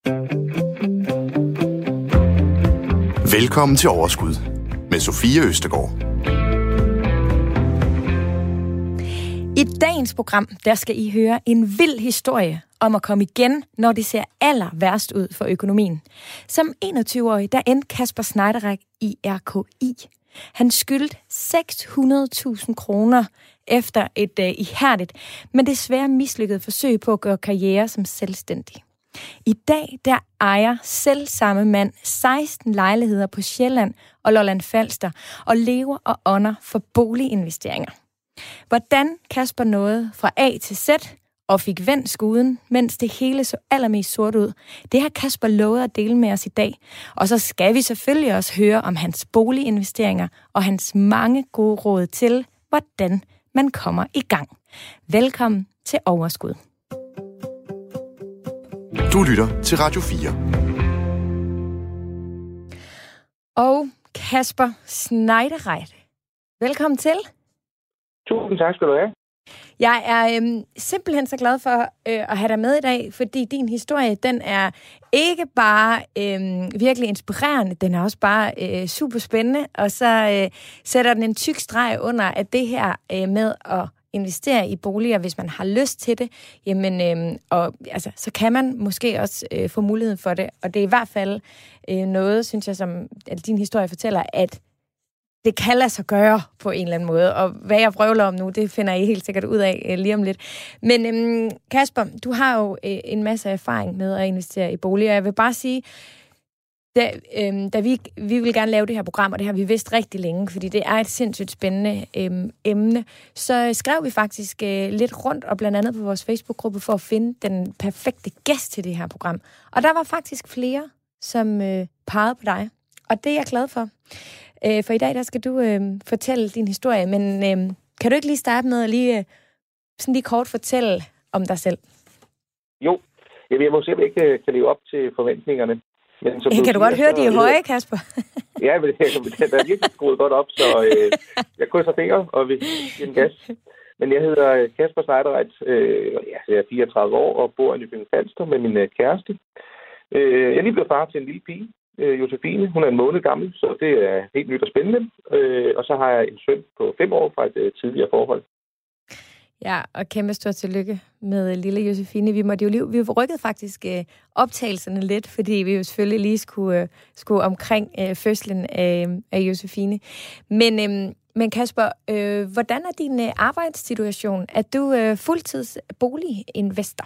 Velkommen til Overskud med Sofie Østegård. I dagens program, der skal I høre en vild historie om at komme igen, når det ser aller værst ud for økonomien. Som 21-årig, der endte Kasper Schneidereit i RKI. Han skyldte 600.000 kroner efter et ihærdigt, men desværre mislykket forsøg på at gøre karriere som selvstændig. I dag, der ejer selv samme mand 16 lejligheder på Sjælland og Lolland Falster og lever og ånder for boliginvesteringer. Hvordan Kasper nåede fra A til Z og fik vendt skuden, mens det hele så allermest sort ud, det har Kasper lovet at dele med os i dag. Og så skal vi selvfølgelig også høre om hans boliginvesteringer og hans mange gode råd til, hvordan man kommer i gang. Velkommen til Overskud. Du lytter til Radio 4. Og Kasper Schneidereit, velkommen til. Tusind tak skal du have. Jeg er simpelthen så glad for at have dig med i dag, fordi din historie, den er ikke bare virkelig inspirerende, den er også bare super spændende, og så sætter den en tyk streg under, at det her med at investere i boliger, hvis man har lyst til det, jamen, så kan man måske også få muligheden for det, og det er i hvert fald noget, synes jeg, som din historie fortæller, at det kan lade sig gøre på en eller anden måde, og hvad jeg vrøvler om nu, det finder I helt sikkert ud af lige om lidt. Men Kasper, du har jo en masse erfaring med at investere i boliger. Jeg vil bare sige, da vi vil gerne lave det her program, og det har vi vidst rigtig længe, fordi det er et sindssygt spændende emne, så skrev vi faktisk lidt rundt, og blandt andet på vores Facebook-gruppe, for at finde den perfekte gæst til det her program. Og der var faktisk flere, som pegede på dig, og det er jeg glad for. For i dag, der skal du fortælle din historie, men kan du ikke lige starte med at lige kort fortælle om dig selv? Jo, jeg må simpelthen ikke kan leve op til forventningerne. Men kan du godt høre, de er høje, Kasper? Ja, men den er virkelig skruet godt op, så jeg krydser fingre, og vi giver en gas. Men jeg hedder Kasper Schneidereit, jeg er 34 år og bor i Nykøbing Falster med min kæreste. Jeg er lige blevet far til en lille pige, Josefine. Hun er en måned gammel, så det er helt nyt og spændende. Og så har jeg en søn på 5 år fra et tidligere forhold. Ja, og kæmpe stort tillykke med lille Josefine. Vi rykkede faktisk optagelserne lidt, fordi vi jo selvfølgelig lige skulle omkring fødslen af Josefine. Men Kasper, hvordan er din arbejdssituation? Er du fuldtids boliginvestor?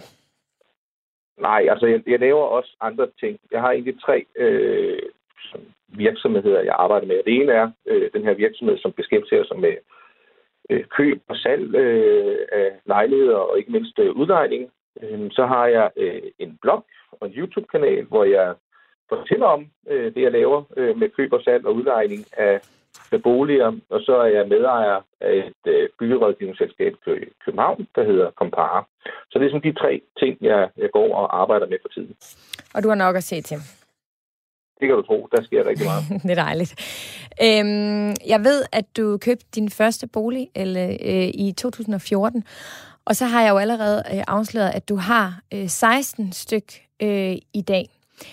Nej, altså jeg laver også andre ting. Jeg har egentlig 3 virksomheder, jeg arbejder med. Det ene er den her virksomhed, som beskæftiger sig med køb og salg af lejligheder og ikke mindst udlejning. Så har jeg en blog og en YouTube-kanal, hvor jeg fortæller om det, jeg laver med køb og salg og udlejning af boliger. Og så er jeg medejer af et byggerådgivningsselskab i København, der hedder Compara. Så det er sådan de 3 ting, jeg går og arbejder med for tiden. Og du har nok at se til. Det kan du tro. Der sker rigtig meget. Det er dejligt. Jeg ved, at du købte din første bolig i 2014, og så har jeg jo allerede afsløret, at du har 16 styk i dag.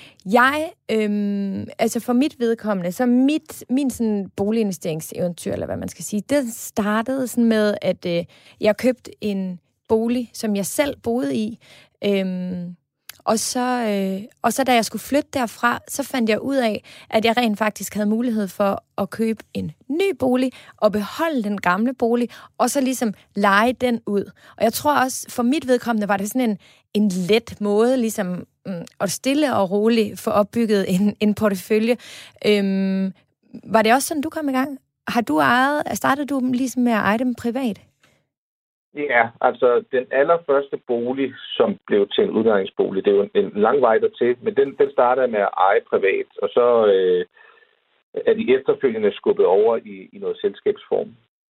For mit vedkommende, så min sådan boliginvesteringseventyr, eller hvad man skal sige, det startede sådan med, at jeg købte en bolig, som jeg selv boede i, og så da jeg skulle flytte derfra, så fandt jeg ud af, at jeg rent faktisk havde mulighed for at købe en ny bolig og beholde den gamle bolig, og så ligesom leje den ud. Og jeg tror også, for mit vedkommende var det sådan en let måde, ligesom at stille og roligt få opbygget en portefølje. Var det også sådan, du kom i gang? Startede du ligesom med at eje dem privat? Ja, altså den allerførste bolig, som blev til en udlejningsbolig, det er jo en lang vej dertil, men den startede med at eje privat, og så er de efterfølgende skubbet over i noget selskabsform.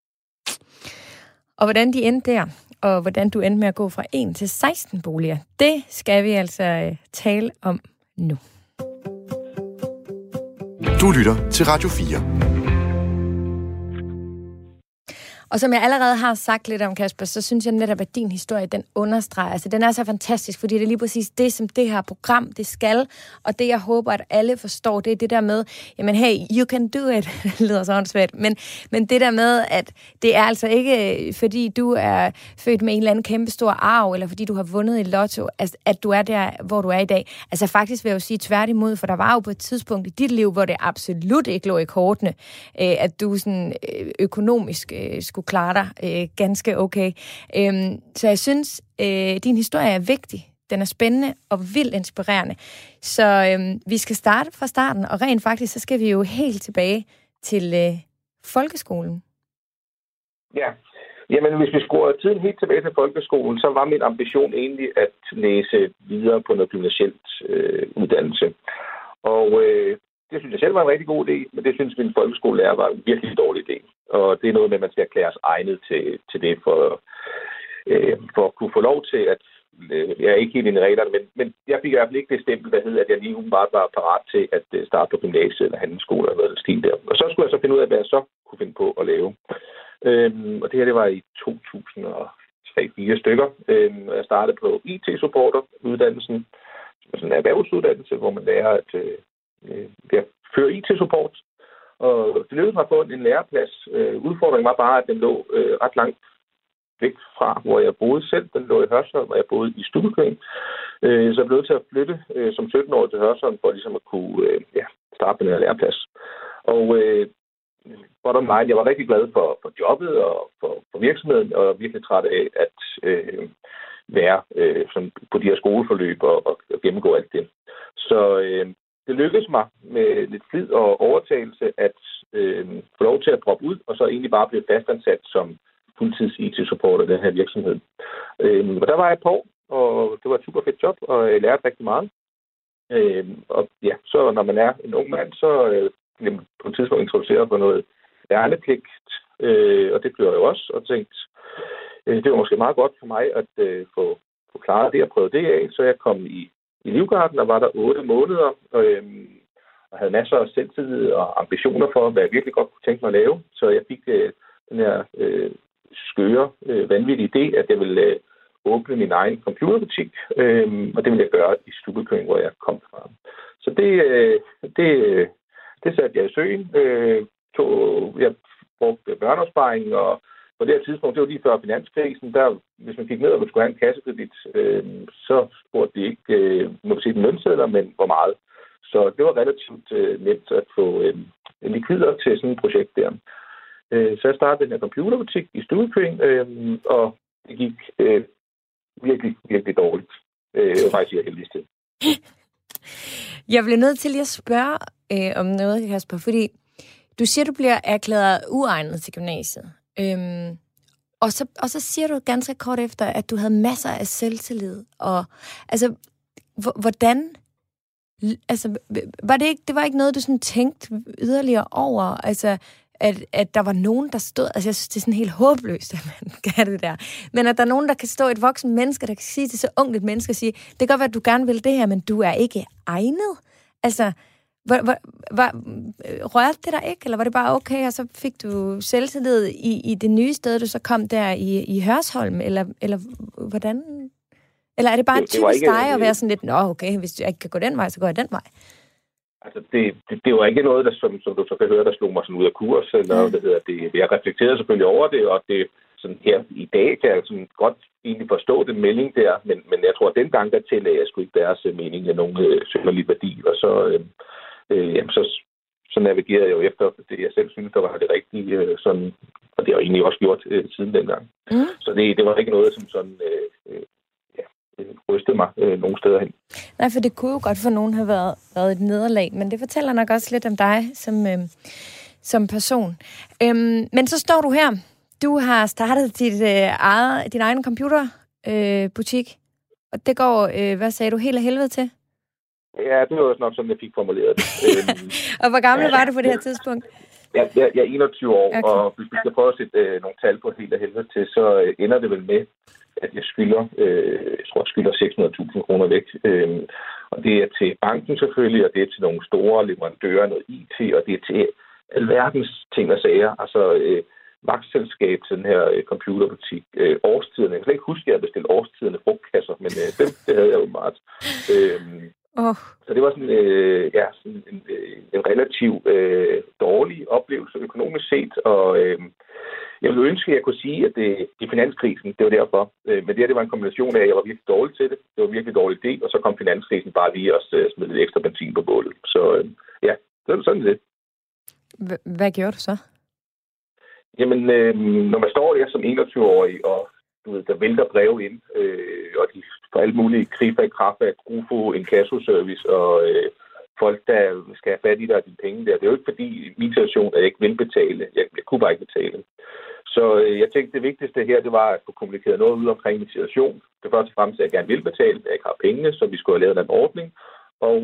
Og hvordan de endte der, og hvordan du endte med at gå fra 1 til 16 boliger, det skal vi altså tale om nu. Du lytter til Radio 4. Og som jeg allerede har sagt lidt om, Kasper, så synes jeg netop, at din historie, den understreger. Altså, den er så fantastisk, fordi det er lige præcis det, som det her program, det skal. Og det, jeg håber, at alle forstår, det er det der med, jamen hey, you can do it. Det lyder så åndssvagt. Men det der med, at det er altså ikke, fordi du er født med en eller anden kæmpe stor arv, eller fordi du har vundet i lotto, at du er der, hvor du er i dag. Altså faktisk vil jeg jo sige tværtimod, for der var jo på et tidspunkt i dit liv, hvor det absolut ikke lå i kortene, at du sådan økonomisk skulle klare dig ganske okay. Så jeg synes, din historie er vigtig. Den er spændende og vildt inspirerende. Så vi skal starte fra starten, og rent faktisk, så skal vi jo helt tilbage til folkeskolen. Ja. Jamen, hvis vi skruer tiden helt tilbage til folkeskolen, så var min ambition egentlig at læse videre på noget gymnasielt uddannelse. Og det synes jeg selv var en rigtig god idé, men det synes min folkeskolelærer var en virkelig dårlig idé. Og det er noget med, at man skal erklæres egnet til det, for at kunne få lov til at... Jeg er ikke helt inde i reglerne, men jeg fik i hvert fald ikke det stempel, der hed, at jeg lige umiddelbart var parat til at starte på gymnasiet eller handelsskole eller noget stil der. Og så skulle jeg så finde ud af, hvad jeg så kunne finde på at lave. Og det her, det var i 2003-4 stykker. Jeg startede på IT-supporter-uddannelsen, som er sådan en erhvervsuddannelse, hvor man lærer at føre IT-support. Og det lykkedes mig at få en læreplads. Udfordringen var bare, at den lå ret langt væk fra, hvor jeg boede selv. Den lå i Hørsholm, hvor jeg boede i Stubbekøen. Så jeg blev nødt til at flytte som 17-årig til Hørsholm, for ligesom at kunne starte på den her læreplads. Og jeg var rigtig glad for jobbet og for virksomheden, og virkelig træt af at være på de her skoleforløb og gennemgå alt det. Så det lykkedes mig med lidt flid og overtagelse at få lov til at droppe ud, og så egentlig bare blive fastansat som fuldtids IT-supporter i den her virksomhed. Og der var jeg på, og det var et super fedt job, og jeg lærte rigtig meget. Og ja, så når man er en ung mand, så bliver man på et tidspunkt introduceret på noget værnepligt, og det blev jeg jo også, og tænkte, det var måske meget godt for mig at få klaret det og prøve det af, så jeg kom i Livgarden, og var der 8 måneder, og havde masser af selvtillid og ambitioner for, hvad jeg virkelig godt kunne tænke mig at lave, så jeg fik den her skøre, vanvittige idé, at jeg ville åbne min egen computerbutik, og det ville jeg gøre i Stubbekøen, hvor jeg kom fra. Så det satte jeg i søen. Jeg brugte børneopsparing, og på det her tidspunkt, det var lige før finanskrisen, der, hvis man gik ned og man skulle have en kassekredit, så spurgte de ikke, må sige den lønsedler, men hvor meget. Så det var relativt nemt at få likvider til sådan et projekt der. Så jeg startede den her computerbutik i Stubbekøen, og det gik virkelig, virkelig dårligt. Det var faktisk jeg heldigst til. Jeg bliver nødt til lige at spørge om noget, Kasper, fordi du siger, du bliver erklæret uegnet til gymnasiet. Og så siger du ganske kort efter, at du havde masser af selvtillid. Og altså, hvordan... Altså, det var ikke noget, du sådan tænkte yderligere over? Altså, at der var nogen, der stod... Altså, jeg synes, det er sådan helt håbløst, at man gør det der. Men at der er nogen, der kan stå, et voksen menneske, der kan sige til så ungt et menneske, og sige, det kan godt være, at du gerne vil det her, men du er ikke egnet. Altså, rørte det dig ikke, eller var det bare okay, og så fik du selvtillid i det nye sted, du så kom der i Hørsholm, eller hvordan? Eller er det bare typisk dig at være sådan lidt, nå okay, hvis jeg ikke kan gå den vej, så går jeg den vej? Altså, det var ikke noget, der, som du så kan høre, der slog mig sådan ud af kurs, eller hvad hedder det. Jeg reflekterede selvfølgelig over det, og det sådan her i dag kan jeg sådan godt egentlig forstå den melding der, men jeg tror, at dengang der tillagde jeg sgu ikke deres mening af nogen synderlig værdi, og så navigerede jeg jo efter det, jeg selv synes, der var det rigtige, sådan, og det har jeg egentlig også gjort siden dengang. Så det var ikke noget, som sådan... rystede mig nogle steder hen. Nej, for det kunne jo godt for nogen have været et nederlag, men det fortæller nok også lidt om dig som person. Men så står du her. Du har startet din egen computerbutik, og det går, hvad sagde du, helt af helvede til? Ja, det var også nok sådan, jeg fik formuleret det. Og hvor gammel var du på det her tidspunkt? Jeg er 21 år, okay. Og hvis vi skal prøve at sætte nogle tal på helt af helvede til, så ender det vel med, at jeg skylder 600.000 kroner væk. Og det er til banken selvfølgelig, og det er til nogle store leverandører, noget IT, og det er til alverdens ting og sager. Altså, vagtselskab til den her computerbutik. Årstiderne. Jeg kan slet ikke huske, at jeg havde bestilt årstiderne frugtkasser, men det havde jeg jo meget. Så det var sådan, en relativt dårlig oplevelse økonomisk set, og jeg ville ønske, at jeg kunne sige, at det finanskrisen, det var derfor. Men det var en kombination af, at jeg var virkelig dårlig til det. Det var en virkelig dårlig idé, og så kom finanskrisen bare lige og smed lidt ekstra benzin på bålet. Så det var sådan det. Hvad gjorde du så? Jamen, når man står der som 21-årig, og du ved, der vælter breve ind, og de får alle mulige krifer i kraft af Grufo, inkassoservice og folk, der skal have fat i dig af dine penge der. Det er jo ikke fordi min situation, at jeg ikke vil betale. Jeg kunne bare ikke betale. Så jeg tænkte, det vigtigste her, det var at få kommunikeret noget ud omkring min situation. Det første og fremmest, at jeg gerne vil betale, at jeg ikke har pengene, så vi skulle have lavet en ordning. Og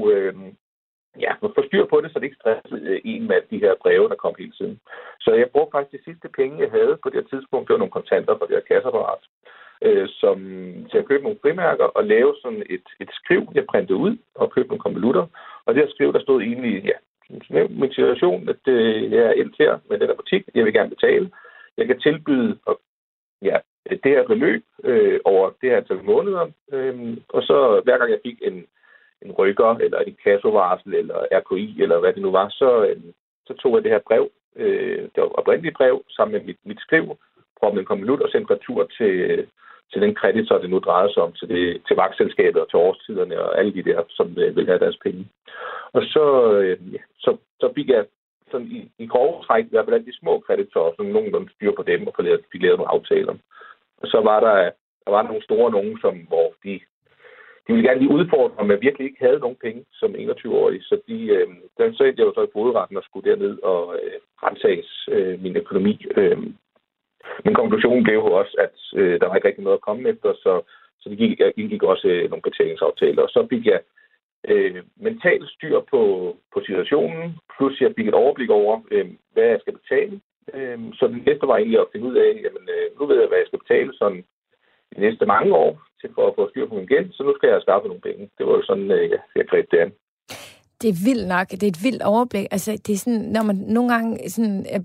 få styr på det, så det ikke stressede en med de her breve, der kom hele tiden. Så jeg brugte faktisk de sidste penge, jeg havde på det her tidspunkt. Det var nogle kontanter fra det her kasseapparat, til at købe nogle frimærker og lave sådan et skriv, jeg printede ud og købte nogle konvolutter. Og det her skriv, der stod egentlig, min situation, at jeg er endt her med den her butik, jeg vil gerne betale. Jeg kan tilbyde det her beløb over det her antal måneder, og så hver gang jeg fik en rykker, eller en kassovarsel, eller RKI, eller hvad det nu var, så tog jeg det her brev, det var oprindeligt brev, sammen med mit skriv, proppede en konvolut og sendte retur til den kreditor, det nu drejede sig om, til vagtselskabet og til årstiderne og alle de der, som vil have deres penge. Og så fik jeg sådan i grove træk, i hvert fald de små kreditorer, sådan nogenlunde styr på dem, og fik lavet nogle aftaler. Og så var der nogle store nogen, hvor de ville gerne lige udfordre, men virkelig ikke havde nogen penge som 21-årig. Så så endte jeg jo så i fogedretten og skulle derned og rensages min økonomi. Min konklusion blev jo også, at der var ikke rigtig noget at komme efter, så jeg indgik også nogle betalingsaftaler. Og så fik jeg mentalt styr på situationen, plus jeg fik et overblik over, hvad jeg skal betale. Så det næste var egentlig at finde ud af, nu ved jeg, hvad jeg skal betale sådan de næste mange år for at få styr på min gæld, så nu skal jeg skaffe nogle penge. Det var jo sådan, jeg greb det an. Det er vildt nok. Det er et vildt overblik. Altså, det er sådan, når man nogle gange sådan er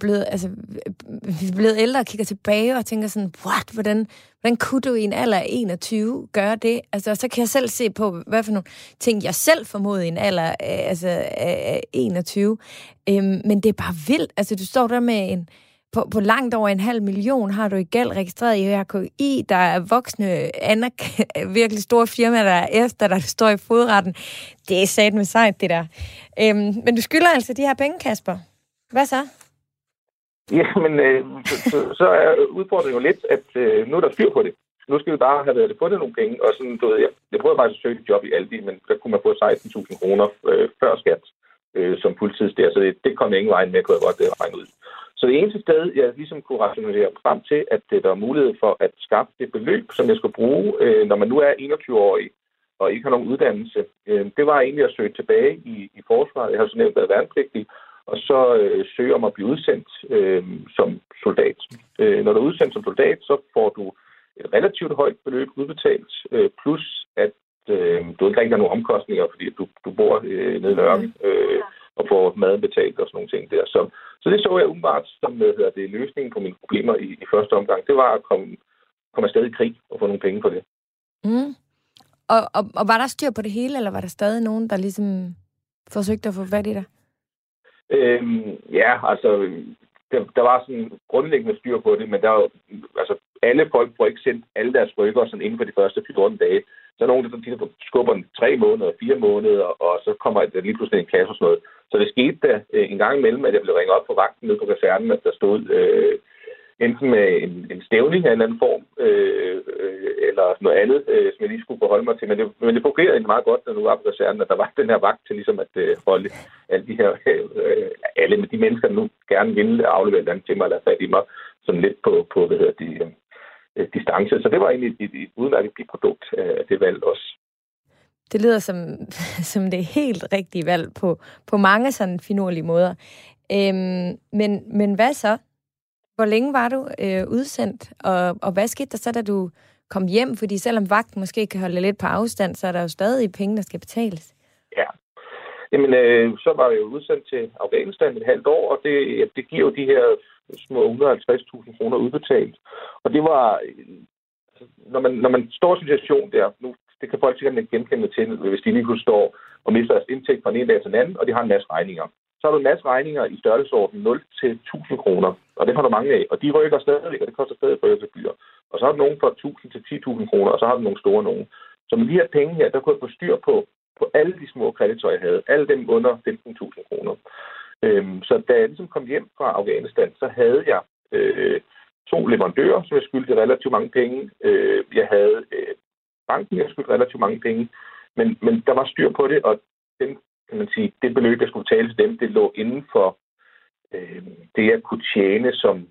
blevet ældre og kigger tilbage og tænker sådan, hvordan kunne du i en alder af 21 gøre det? Altså, så kan jeg selv se på, hvad for nogle ting, jeg selv formodede i en alder af 21. Men det er bare vildt. Altså, du står der med på langt over 500.000 har du i gæld registreret i RKI. Der er voksne, virkelig store firmaer, der er efter, der står i fodretten. Det er satme sejt, det der. Men du skylder altså de her penge, Kasper. Hvad så? Jamen, så er udfordringen jo lidt, at nu er der styr på det. Nu skal vi bare have fundet nogle penge. Og sådan, du ved, jeg prøvede faktisk at søge et job i Aldi, men der kunne man få 16.000 kroner før skat som fuldtidsder. Så det kom ingen vejen med, kunne jeg godt regne ud. Så det eneste sted, jeg ligesom kunne rationalisere frem til, at der er mulighed for at skaffe det beløb, som jeg skulle bruge, når man nu er 21-årig og ikke har nogen uddannelse, det var egentlig at søge tilbage i forsvaret. Jeg har så nemt været værnepligtig, og så søge om at blive udsendt som soldat. Når du er udsendt som soldat, så får du et relativt højt beløb udbetalt, plus at du ikke rigtig har nogen omkostninger, fordi du bor nede i Nørken, og få maden betalt og sådan nogle ting der. Så det så jeg umiddelbart som løsningen på mine problemer i første omgang. Det var at komme afsted i krig og få nogle penge på det. Mm. Og var der styr på det hele, eller var der stadig nogen, der ligesom forsøgte at få fat i dig? Der var sådan grundlæggende styr på det, men der var, altså, alle folk får ikke sendt alle deres rykker sådan inden for de første 14 dage. Så er nogen, der skubber 3 måneder, 4 måneder, og så kommer der lige pludselig en kasse og sådan noget. Så det skete da en gang imellem, at jeg blev ringet op på vagten nede på kasernen, at der stod enten med en stævning af en anden form, eller noget andet, som jeg lige skulle forholde mig til. Men det fungerede egentlig meget godt, når nu var på kasernen, at der var den her vagt til ligesom at holde alle de her, alle med de mennesker, der nu gerne ville aflevere den til mig, eller fat i mig, sådan lidt på distance. Så det var egentlig et udmærket biprodukt af det valg også. Det lyder som det helt rigtige valg på mange sådan finurlige måder. Men hvad så? Hvor længe var du udsendt, og hvad skete der så, da du kom hjem? Fordi selvom vagten måske kan holde lidt på afstand, så er der jo stadig penge, der skal betales. Ja. Jamen, så var jeg jo udsendt til Afghanistan et halvt år, og det giver jo de her små 150.000 kroner udbetalt. Og det var, når man står i en situation der, nu, det kan folk sikkert genkende til, hvis de lige kunne stå og mister deres indtægt fra en dag til en anden, og de har en masse regninger. Så har du en masse regninger i størrelsesorden 0 til 1.000 kroner, og det har du mange af, og de rykker stadig, og det koster stadig brevgebyr. Og så har du nogen fra 1.000 til 10.000 kroner, og så har du nogle store nogen. Så med de her penge her, der kunne jeg få styr på alle de små kreditorer, jeg havde. Alle dem under 15.000 kroner. Så da jeg ligesom kom hjem fra Afghanistan, så havde jeg 2 leverandører, som jeg skyldte relativt mange penge. Jeg havde banken, jeg skyldte relativt mange penge. Men der var styr på det, og den, kan man sige, det beløb, jeg skulle betale til dem, det lå inden for det, jeg kunne tjene som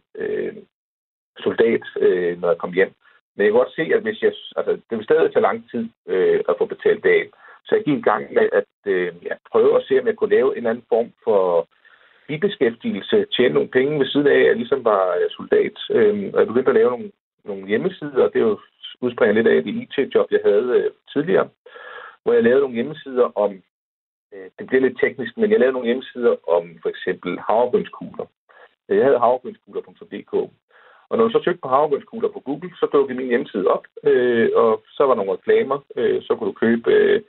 soldat, når jeg kom hjem. Men jeg kan godt se, at hvis det vil stadig tage lang tid at få betalt af. Så jeg gik i gang med at prøve at se, om jeg kunne lave en eller anden form for bibeskæftigelse, tjene nogle penge ved siden af, at jeg ligesom var soldat. Og jeg begyndte at lave nogle hjemmesider, og det er jo udspringer lidt af det IT-job, jeg havde tidligere, hvor jeg lavede nogle hjemmesider om, det bliver lidt teknisk, men jeg lavede nogle hjemmesider om for eksempel havregrynskugler. Jeg havde havregrynskugler.dk. Og når du så søgte på havregrynskugler på Google, så dukkede min hjemmeside op, og så var nogle reklamer. Så kunne du købe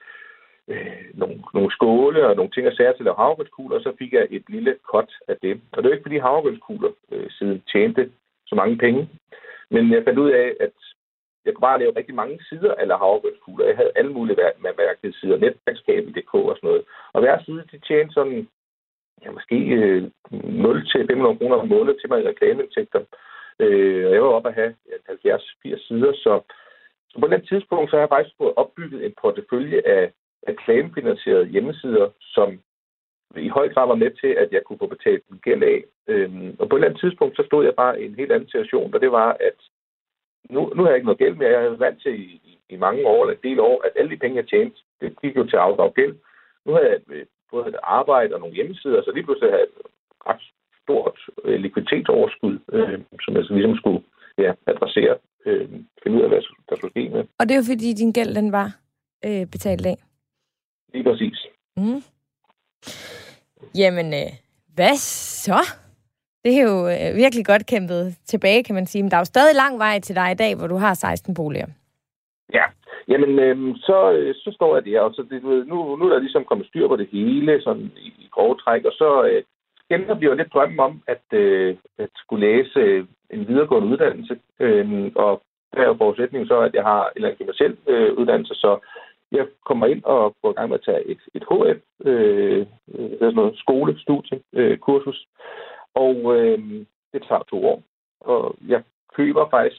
nogle skåle og nogle ting og sager til at lave havregrynskugler, og så fik jeg et lille cut af det. Og det er ikke, fordi havregrynskugler siden tjente så mange penge, men jeg fandt ud af, at jeg kunne bare lave rigtig mange sider af havregrynskugler. Jeg havde alle mulige mærkesider, netværkskabel.dk og sådan noget. Og hver side, de tjente sådan, måske 0 til 500 kroner om måneden til mig i reklameindtægter. Og jeg var oppe at have 70-80 sider, så på et tidspunkt, så har jeg faktisk fået opbygget en portefølje af reklamefinansierede hjemmesider, som i høj grad var med til, at jeg kunne få betalt en gæld af. Og på et eller andet tidspunkt, så stod jeg bare i en helt anden situation, og det var, at nu har jeg ikke noget gæld mere. Jeg havde vant til i mange år, eller en del år, at alle de penge, jeg tjente, det gik jo til at afdrage gæld. Nu havde jeg både et arbejde og nogle hjemmesider, så lige pludselig havde jeg et ret stort likviditetsoverskud, som jeg ligesom skulle adressere, finde ud af, hvad der skulle ske med. Og det er jo fordi, din gæld, den var betalt af? Lige præcis. Mm. Jamen, hvad så? Det er jo virkelig godt kæmpet tilbage, kan man sige. Men der er jo stadig lang vej til dig i dag, hvor du har 16 boliger. Ja, jamen så står jeg der, og så nu er der ligesom kommet styr på det hele, sådan i grove træk, og så kender vi jo lidt drømmen om, at skulle læse en videregående uddannelse, og der er jo forudsætningen så, at jeg har en eller anden gymnasiel uddannelse, så jeg kommer ind og går i gang med at tage et HF, sådan noget skolestudie-kursus, og det tager 2 år. Og jeg køber faktisk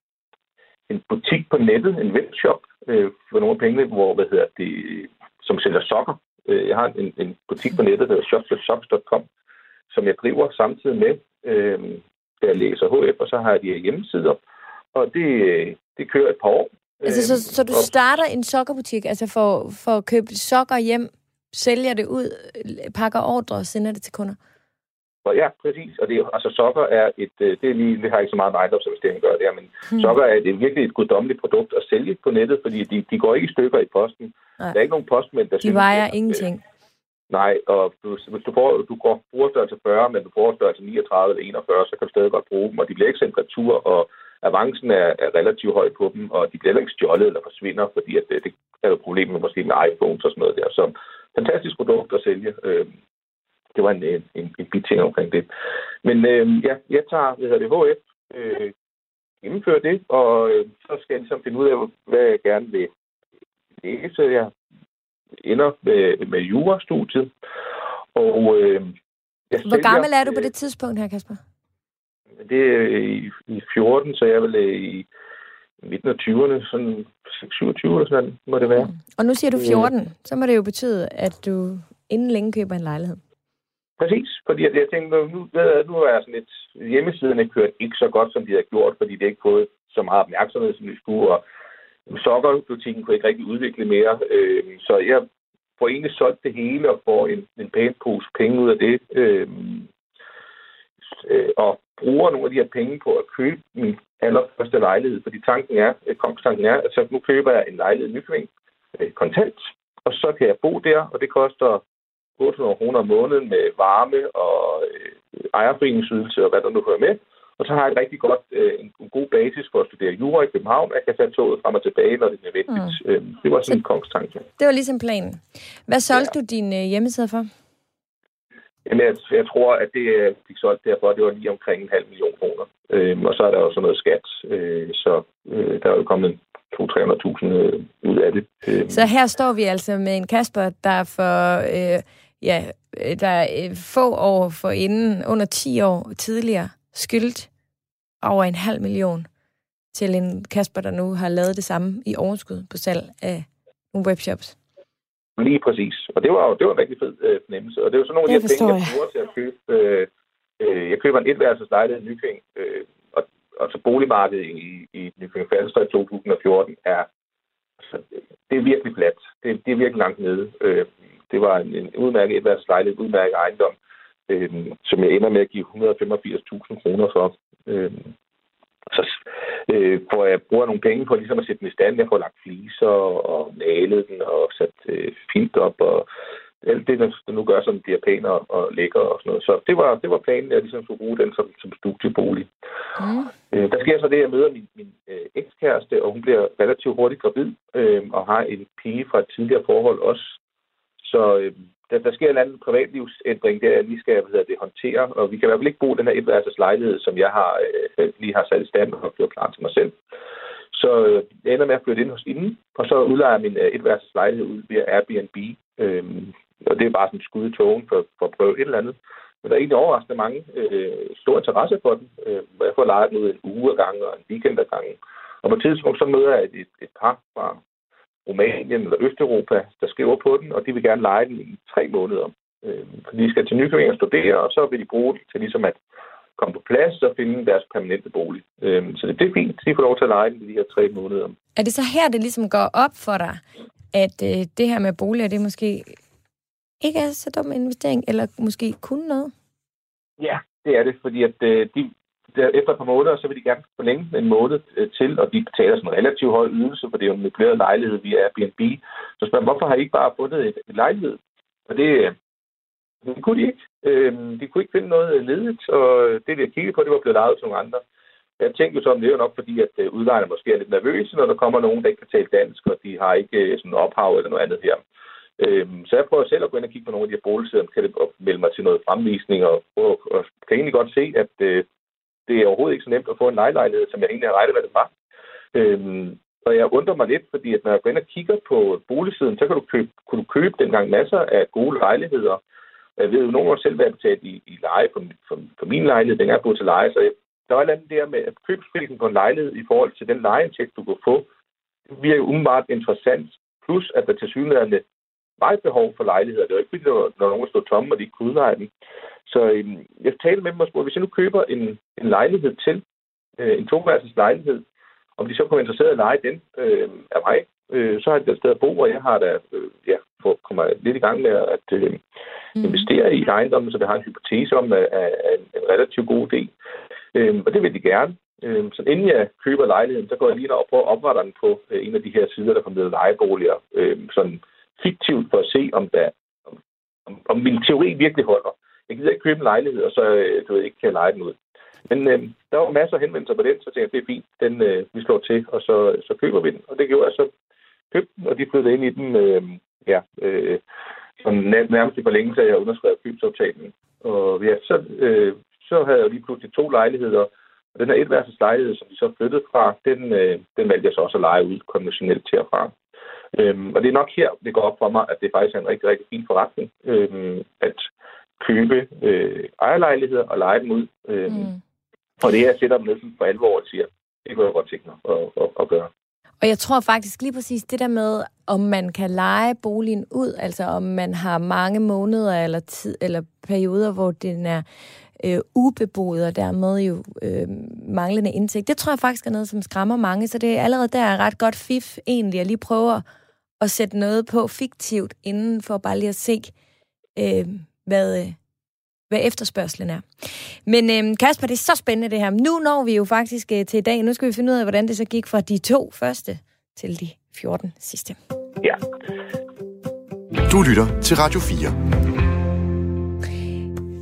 en butik på nettet, en webshop, for nogle af pengene, hvor, som sælger sokker. Jeg har en butik på nettet, der hedder shops.com, som jeg driver samtidig med, da jeg læser HF, og så har jeg de her hjemmesider, og det kører et par år. Altså, så du starter en sokkerbutik, altså for at købe sokker hjem, sælger det ud, pakker ordre og sender det til kunder? Ja, præcis. Og sokker er det har ikke så meget med ejendomsinvestering at gøre der, men sokker er virkelig et guddommeligt produkt at sælge på nettet, fordi de går ikke i stykker i posten. Nej. Der er ikke nogen postmænd, der de vejer ingenting. Nej, og hvis du bruger størrelse 40, men du bruger størrelse 39 eller 41, så kan du stadig godt bruge dem, og de bliver ikke sendt retur, og avancen er relativt høj på dem, og de bliver ikke stjålet eller forsvinder, fordi at det er jo problemer med måske med iPhones og sådan noget der. Så fantastisk produkt at sælge. Det var en biting omkring det. Men jeg tager HF, gennemfører det, og så skal jeg ligesom finde ud af, hvad jeg gerne vil læse. Jeg ender med jurastudiet. Og hvor gammel er du på det tidspunkt her, Kasper? Det er i 14, så jeg er vel i midten af 20'erne, sådan 27 eller sådan må det være. Og nu siger du 14, så må det jo betyde, at du inden længe køber en lejlighed. Præcis, fordi jeg tænkte, nu er jeg sådan lidt, hjemmesiderne kørt ikke så godt, som de har gjort, fordi det ikke fået så meget opmærksomhed, som de skulle, og sokkerbutikken kunne ikke rigtig udvikle mere. Så jeg får egentlig solgt det hele og får en pæn pose penge ud af det, og bruger nogle af de her penge på at købe min allerførste lejlighed, fordi tanken er, at så nu køber jeg en lejlighed i Nykøbing kontant, og så kan jeg bo der, og det koster 800 kroner om måneden med varme og ejerforeningsydelse og hvad der nu hører med. Og så har jeg rigtig godt en god basis for at studere jura i København. Jeg kan tage toget frem og tilbage, når det er nødvendigt. Det var sådan en kongstanke. Det var ligesom planen. Hvad solgte du din hjemmeside for? Jamen, jeg tror, at det fik solgt derfor, det var lige omkring 500.000 kroner. Og så er der jo sådan noget skat. Så der er jo kommet 200-300.000 ud af det. Så her står vi altså med en Kasper, der for der få år forinden, under 10 år tidligere, skyldt over 500.000 til en Kasper, der nu har lavet det samme i overskud på salg af nogle webshops. Lige præcis. Og det var en rigtig fed fornemmelse. Og det er jo sådan nogle af de ting, jeg bruger til at købe. Jeg køber en etværelses lejlighed i Nykøbing, og så boligmarkedet i Nykøbing Falster i 2014 det er virkelig fladt. Det er virkelig langt nede. Det var en udmærket etværelses lejlighed, en udmærket ejendom, som jeg ender med at give 185.000 kroner for. Så får jeg bruger nogle penge på ligesom at sætte den i stand. Jeg får lagt fliser og malet den og sat filt op og alt det, der nu gør, som det bliver pænere og lækker og sådan noget. Så det var planen, at jeg ligesom skulle bruge den som studiebolig. Der sker så det, at jeg møder min ekskæreste, og hun bliver relativt hurtigt gravid og har en pige fra et tidligere forhold også. Så der sker en anden privatlivsændring, der jeg lige skal håndtere, og vi kan i hvert fald ikke bruge den her etværelses lejlighed, som jeg lige har sat i stand og gjort klar til mig selv. Så jeg ender med at flytte ind hos hende, og så udlejer jeg min etværelses lejlighed ud via Airbnb. Og det er bare sådan et skud i togen for at prøve et eller andet. Men der er egentlig overraskende mange stor interesse for den. Jeg får lejet den ud en uge ad gangen og en weekend ad gangen. Og på et tidspunkt så møder jeg et par fra Rumænien eller Østeuropa, der skriver på den, og de vil gerne leje den i 3 måneder. Fordi de skal til Nykøbing og studere, og så vil de bruge det til ligesom at komme på plads og finde deres permanente bolig. Så det er fint, de får lov til at leje den i de her 3 måneder. Er det så her, det ligesom går op for dig, at det her med boliger, det måske ikke er så dum en investering, eller måske kun noget? Ja, det er det, fordi at efter et par måneder, så vil de gerne forlænge en måned til, og de betaler sådan en relativt høj ydelse, for det er jo en møbleret lejlighed via Airbnb. Så spørger hvorfor har I ikke bare fundet et lejlighed? Og det kunne de ikke. De kunne ikke finde noget ledigt, og det, jeg kiggede på, det var blevet lejet til nogle andre. Jeg tænkte jo så, det er jo nok fordi, at udlejerne måske er lidt nervøse, når der kommer nogen, der ikke kan tale dansk, og de har ikke sådan ophav eller noget andet her. Så jeg prøver selv at gå ind og kigge på nogle af de her boligsider, kan det melde mig til noget fremvisning, og kan egentlig godt se, at det er overhovedet ikke så nemt at få en lejlighed, som jeg egentlig har regnet, hvad det var. Og jeg undrer mig lidt, fordi at når jeg går ind og kigger på boligsiden, så kunne du købe dengang masser af gode lejligheder. Jeg ved jo nogen selv, hvad jeg betalte i leje for min lejlighed, dengang jeg boede til leje. Så der var et eller andet der med at købsprisen på en lejlighed i forhold til den lejeindtægt, du kunne få. Det virker jo umiddelbart interessant. Plus, at der tilsyneladende var et behov for lejligheder. Det var ikke fordi, der var nogen, der stod tomme, og de ikke kunne udleje den. Så jeg talte med dem og spurgte, hvis jeg nu køber en lejlighed til, en 2-værelses lejlighed, om de så kommer interesseret at lege den af mig, så har de et sted at bo, og jeg har da kommer lidt i gang med at investere i ejendommen, så det har en hypotese om, at en relativt god idé. Og det vil de gerne. Så inden jeg køber lejligheden, så går jeg lige og prøver at oprette den på en af de her sider, der formidler lejeboliger, sådan fiktivt for at se, om min teori virkelig holder. Jeg gider ikke købe en lejlighed, og så ikke kan lege den ud. Men der var masser af henvendelser på den, så tænkte jeg, det er fint, vi slår til, og så køber vi den. Og det gjorde jeg så. Købte den, og de flyttede ind i den, nærmest i forlængelse af, at jeg underskrev købsaftalen. Og ja, så havde jeg jo lige pludselig 2 lejligheder, og den her etværelses lejlighed, som de så flyttede fra, den valgte jeg så også at leje ud konventionelt til og fra. Og det er nok her, det går op for mig, at det faktisk er en rigtig, rigtig fin forretning, at købe ejerlejligheder og leje dem ud. Og det er, jeg sætter dem ned for alvor og siger, det kunne jeg godt tænke mig at gøre. Og jeg tror faktisk lige præcis det der med, om man kan leje boligen ud, altså om man har mange måneder eller perioder, hvor den er ubeboet, og dermed jo manglende indtægt. Det tror jeg faktisk er noget, som skræmmer mange, så det er allerede der ret godt fif egentlig, at lige prøve at sætte noget på fiktivt inden for bare lige at se, hvad efterspørgselen er. Men Kasper, det er så spændende det her. Nu når vi jo faktisk til i dag. Nu skal vi finde ud af, hvordan det så gik fra de 2 første til de 14 sidste. Ja. Du lytter til Radio 4.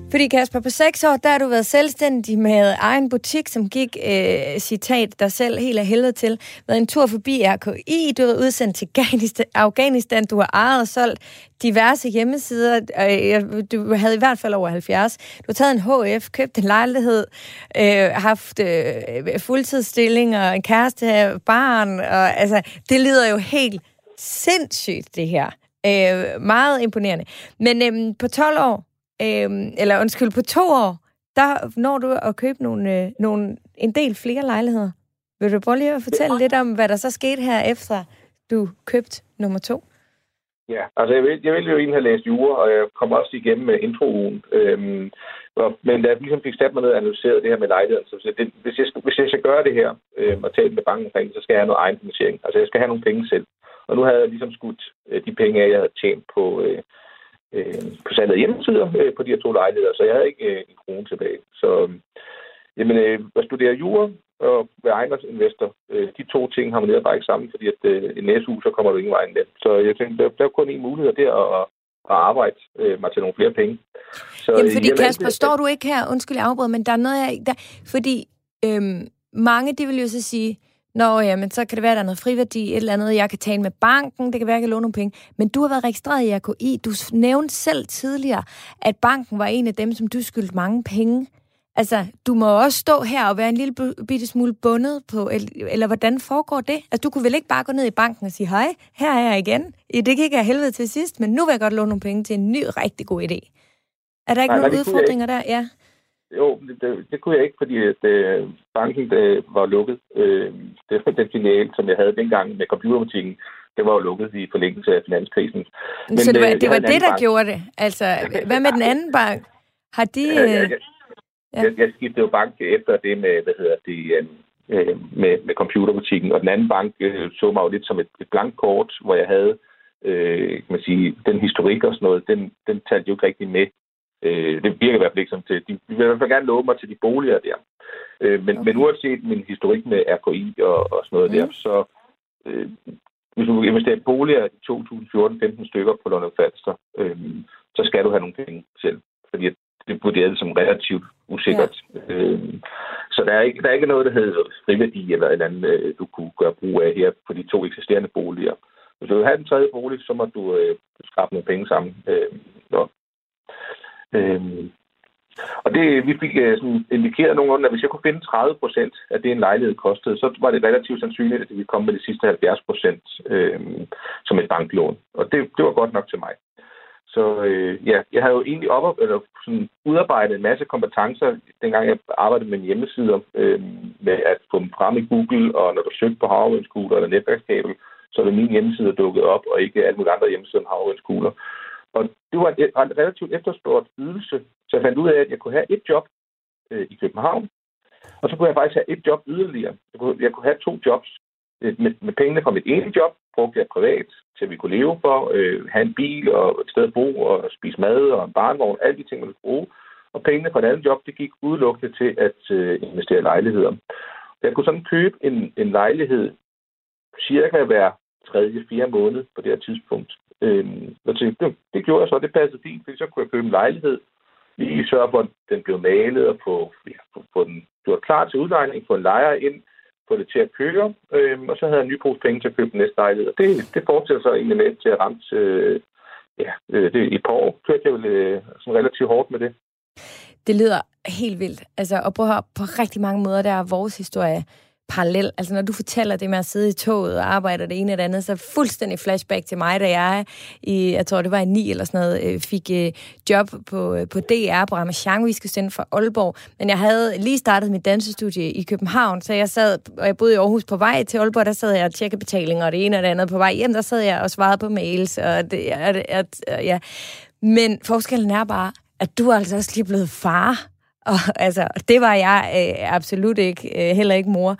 Fordi Kasper, på 6 år, der har du været selvstændig med egen butik, som gik, citat dig selv, helt af helvede til. Været en tur forbi RKI, du har været udsendt til Afghanistan, du har ejet og solgt diverse hjemmesider, du havde i hvert fald over 70. Du har taget en HF, købt en lejlighed, haft fuldtidsstilling og en kæreste, barn, og altså, det lyder jo helt sindssygt, det her. Meget imponerende. Men på 12 år, på 2 år, der når du at købe en del flere lejligheder. Vil du prøve lige at fortælle lidt om, hvad der så skete her efter du købte nummer 2? Ja, altså jeg ville jo egentlig have læst jura, og jeg kom også igennem med introugen. Men da jeg ligesom fik sat mig ned og analyseret det her med lejligheden, så hvis jeg skal gøre det her og tale med banken omkring, så skal jeg have noget egen finansiering. Altså jeg skal have nogle penge selv. Og nu havde jeg ligesom skudt de penge af, jeg havde tjent på salget af hjemmesider på de her 2 lejligheder, så jeg havde ikke en krone tilbage. Så at studere jura og være ejendomsinvestor, de 2 ting harmonerer bare ikke sammen, fordi at en SU, så kommer du ingen vejen med. Så jeg tænkte, der er kun en mulighed der at arbejde mig til nogle flere penge. Så, jamen fordi Kasper, står du ikke her, undskyld jeg afbryder, men der er noget fordi mange, de vil jo så sige, men så kan det være, at der er noget friværdi, et eller andet, jeg kan tale med banken, det kan være, at jeg kan låne nogle penge. Men du har været registreret i RKI. Du nævnte selv tidligere, at banken var en af dem, som du skyldte mange penge. Altså, du må også stå her og være en lille bitte smule bundet på, eller hvordan foregår det? Altså, du kunne vel ikke bare gå ned i banken og sige, hej, her er jeg igen. Det gik af helvede til sidst, men nu vil jeg godt låne nogle penge til en ny, rigtig god idé. Er der ikke nogen udfordringer der? Ja. Jo, det kunne jeg ikke, fordi banken var lukket. Det var den filial, som jeg havde dengang med computerbutikken. Det var jo lukket i forlængelse af finanskrisen. Men, så det var det, der gjorde det? Altså, hvad med den anden bank? Har de... Jeg skiftede jo bank efter det med, med computerbutikken, og den anden bank så mig jo lidt som et blankt kort, hvor jeg havde, kan man sige, den historik og sådan noget, den talte jo ikke rigtig med. Det virker i hvert fald ikke som til. De vil i hvert fald gerne love mig til de boliger der. Men uanset min historik med RKI og sådan noget der, så hvis du investerer i boliger i 2014, 15 stykker på London Falster, så skal du have nogle penge selv. Fordi det vurderes som relativt usikkert. Ja. Så der er ikke noget, der hedder friværdi eller et eller andet, du kunne gøre brug af her på de 2 eksisterende boliger. Hvis du vil have den 3. bolig, så må du skrabe nogle penge sammen. Og det, vi fik sådan indikeret nogenlunde, at hvis jeg kunne finde 30% af det, en lejlighed kostede, så var det relativt sandsynligt, at vi kom med de sidste 70% som et banklån. Og det var godt nok til mig. Så jeg havde jo egentlig udarbejdet en masse kompetencer, dengang jeg arbejdede med en hjemmeside med at få dem frem i Google, og når du søgte på havrevinskugler eller netværkskabel, så er det min hjemmeside dukket op, og ikke alle mulige andre hjemmesider med havrevinskugler. Og det var en relativt efterspurgt ydelse, så jeg fandt ud af, at jeg kunne have et job i København, og så kunne jeg faktisk have et job yderligere. Jeg kunne have 2 jobs. Med pengene fra mit ene job brugte jeg privat, til at vi kunne leve for, have en bil og et sted at bo og spise mad og en barnevogn, alle de ting, man ville bruge. Og pengene fra et andet job, det gik udelukkende til at investere i lejligheder. Jeg kunne sådan købe en lejlighed cirka hver 3-4 måned på det her tidspunkt. Det gjorde jeg så, det passede fint, fordi så kunne jeg købe en lejlighed, lige sørge for, at den blev malet og få den gjort klar til udlejning, få en lejer ind, få det til at køre, og så havde jeg en ny pose penge til at købe den næste lejlighed. Og det fortsætter så egentlig med til at ramme det i et par år. Kørte jeg vel sådan relativt hårdt med det. Det lyder helt vildt. Altså, og prøv at høre, på rigtig mange måder, der er vores historie parallel. Altså, når du fortæller det med at sidde i toget og arbejde det ene eller andet, så er fuldstændig flashback til mig, da jeg tror, det var i 9 eller sådan noget, fik job på DR på Ramachan, vi skulle sende fra Aalborg. Men jeg havde lige startet mit dansestudie i København, så jeg sad, og jeg boede i Aarhus på vej til Aalborg, der sad jeg og tjekkede betalinger, og det ene og det andet på vej hjem, der sad jeg og svarede på mails, og ja. Men forskellen er bare, at du er altså også lige blevet far. Og altså, det var jeg absolut ikke, heller ikke mor.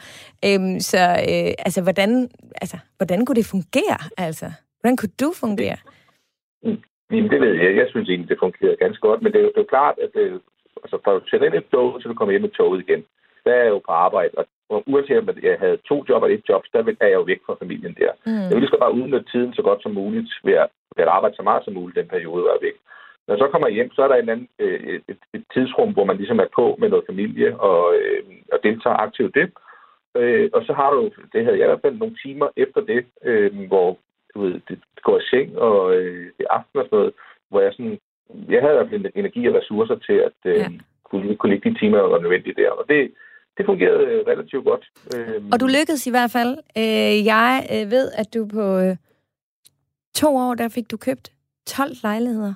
Hvordan kunne det fungere? Altså, hvordan kunne du fungere? Jamen, det ved jeg. Jeg synes egentlig, det fungerede ganske godt, men det er jo klart, at for at sætte ind i toget, så du kommer hjem med toget igen. Der er jeg jo på arbejde, og uanset om jeg havde 2 job eller 1 job, der er jeg jo væk fra familien der. Jeg ville bare udnytte tiden så godt som muligt ved at arbejde så meget som muligt den periode, hvor jeg væk. Når jeg så kommer hjem, så er der en anden, et tidsrum, hvor man ligesom er på med noget familie og deltager aktivt det. Og så har du, det havde jeg i hvert fald nogle timer efter det, hvor du ved, det går i seng, og det er aften og sådan noget, hvor jeg havde i hvert fald energi og ressourcer til at kunne lægge de timer, der var nødvendige der. Og det fungerede relativt godt. Og du lykkedes i hvert fald. Jeg ved, at du på 2 år, der fik du købt 12 lejligheder.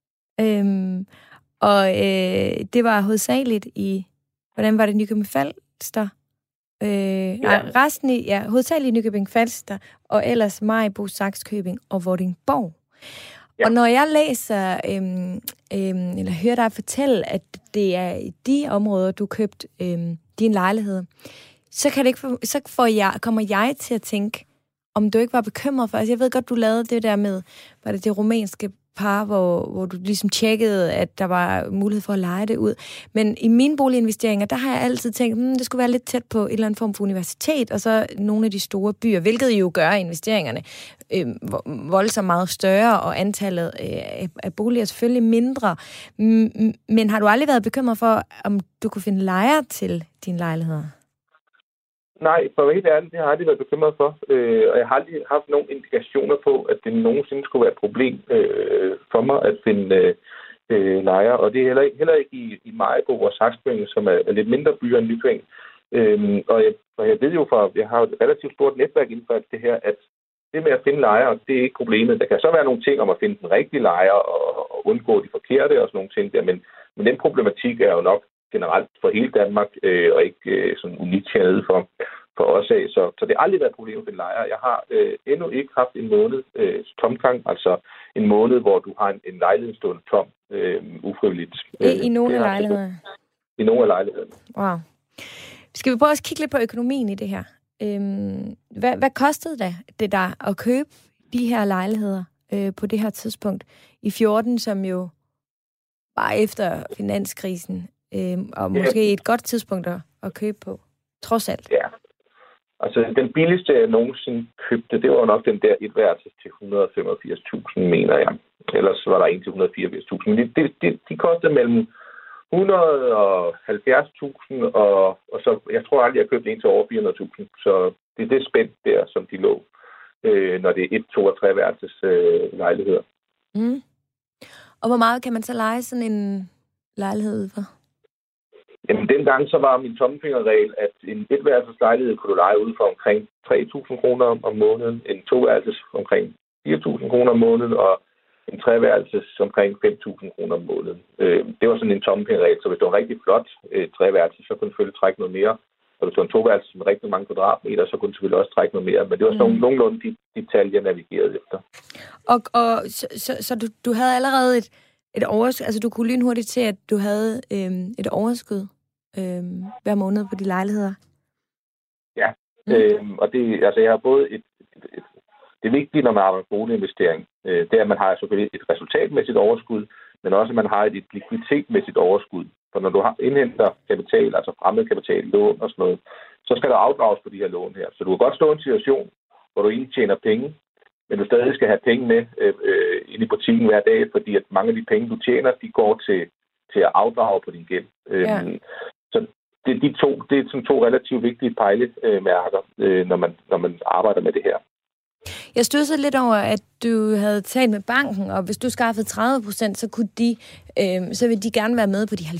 Det var hovedsageligt i, hvordan var det, Nykøbing Falster? Hovedsageligt i Nykøbing Falster, og ellers Maribo, Sakskøbing og Vordingborg. Ja. Og når jeg læser, eller hører dig fortælle, at det er i de områder, du købt din lejlighed, kommer jeg til at tænke, om du ikke var bekymret for. Altså, jeg ved godt, du lavede det der med, var det rumænske par, hvor du ligesom tjekkede, at der var mulighed for at leje det ud. Men i mine boliginvesteringer, der har jeg altid tænkt, det skulle være lidt tæt på en eller anden form for universitet, og så nogle af de store byer, hvilket jo gør investeringerne voldsomt meget større, og antallet af boliger selvfølgelig mindre. Men har du aldrig været bekymret for, om du kunne finde lejere til dine lejligheder? Nej, for helt ærligt, det har jeg aldrig været bekymret for. Og jeg har aldrig haft nogen indikationer på, at det nogensinde skulle være et problem for mig at finde lejre. Og det er heller ikke i Maribo og Sakskøbing, som er lidt mindre byer end Nykøbing. Og jeg ved jo fra, jeg har et relativt stort netværk inden for det her, at det med at finde lejre, det er ikke problemet. Der kan så være nogle ting om at finde den rigtige lejre og undgå de forkerte og sådan nogle ting der, men den problematik er jo nok generelt for hele Danmark, og ikke sådan unikt hernede for os af. Så det har aldrig været et problem med lejre. Jeg har endnu ikke haft en måned tomgang, altså en måned, hvor du har en lejlighed stående tom, ufrivilligt. I nogle af lejlighederne? I nogle af lejlighederne. Wow. Skal vi prøve at kigge lidt på økonomien i det her? Hvad kostede det der at købe de her lejligheder på det her tidspunkt i 14, som jo var efter finanskrisen, og måske et godt tidspunkt at købe på, trods alt? Ja. Altså, den billigste, jeg nogensinde købte, det var nok den der etværelses til 185.000, mener jeg. Ellers var der en til 184.000. Men de kostede mellem 170.000 og så, jeg tror aldrig, jeg købte en til over 400.000. Så det er det spændt der, som de lå, når det er 1, 2 og 3 værelses lejligheder. Mm. Og hvor meget kan man så leje sådan en lejlighed for? Jamen, dengang så var min tommelfingerregel, at en etværelses lejlighed kunne du leje ud for omkring 3.000 kroner om måneden, en toværelses omkring 4.000 kroner om måneden, og en treværelses omkring 5.000 kroner om måneden. Det var sådan en tommelfingerregel, så hvis det var rigtig flot treværelse, så kunne du selvfølgelig trække noget mere. Og hvis det var en toværelse med rigtig mange kvadratmeter, så kunne du selvfølgelig også trække noget mere. Men det var sådan nogenlunde de tal, jeg navigerede efter. Så du havde allerede et overskud, altså du kunne lynhurtigt til, at du havde et overskud hver måned på de lejligheder? Ja, og det, altså jeg har både det er vigtigt, når man arbejder med boliginvestering, det er, at man har selvfølgelig et resultatmæssigt overskud, men også, at man har et likviditetsmæssigt overskud. For når du indhenter kapital, altså fremmed kapital, lån og sådan noget, så skal der afdrages på de her lån her. Så du kan godt stå i en situation, hvor du egentlig tjener penge, men du stadig skal have penge med ind i butikken hver dag, fordi at mange af de penge, du tjener, de går til at afdrage på din gæld. Så det er sådan to relativt vigtige pejlemærker, når man arbejder med det her. Jeg studsede lidt over, at du havde talt med banken, og hvis du skaffede 30%, så ville de gerne være med på de 70%.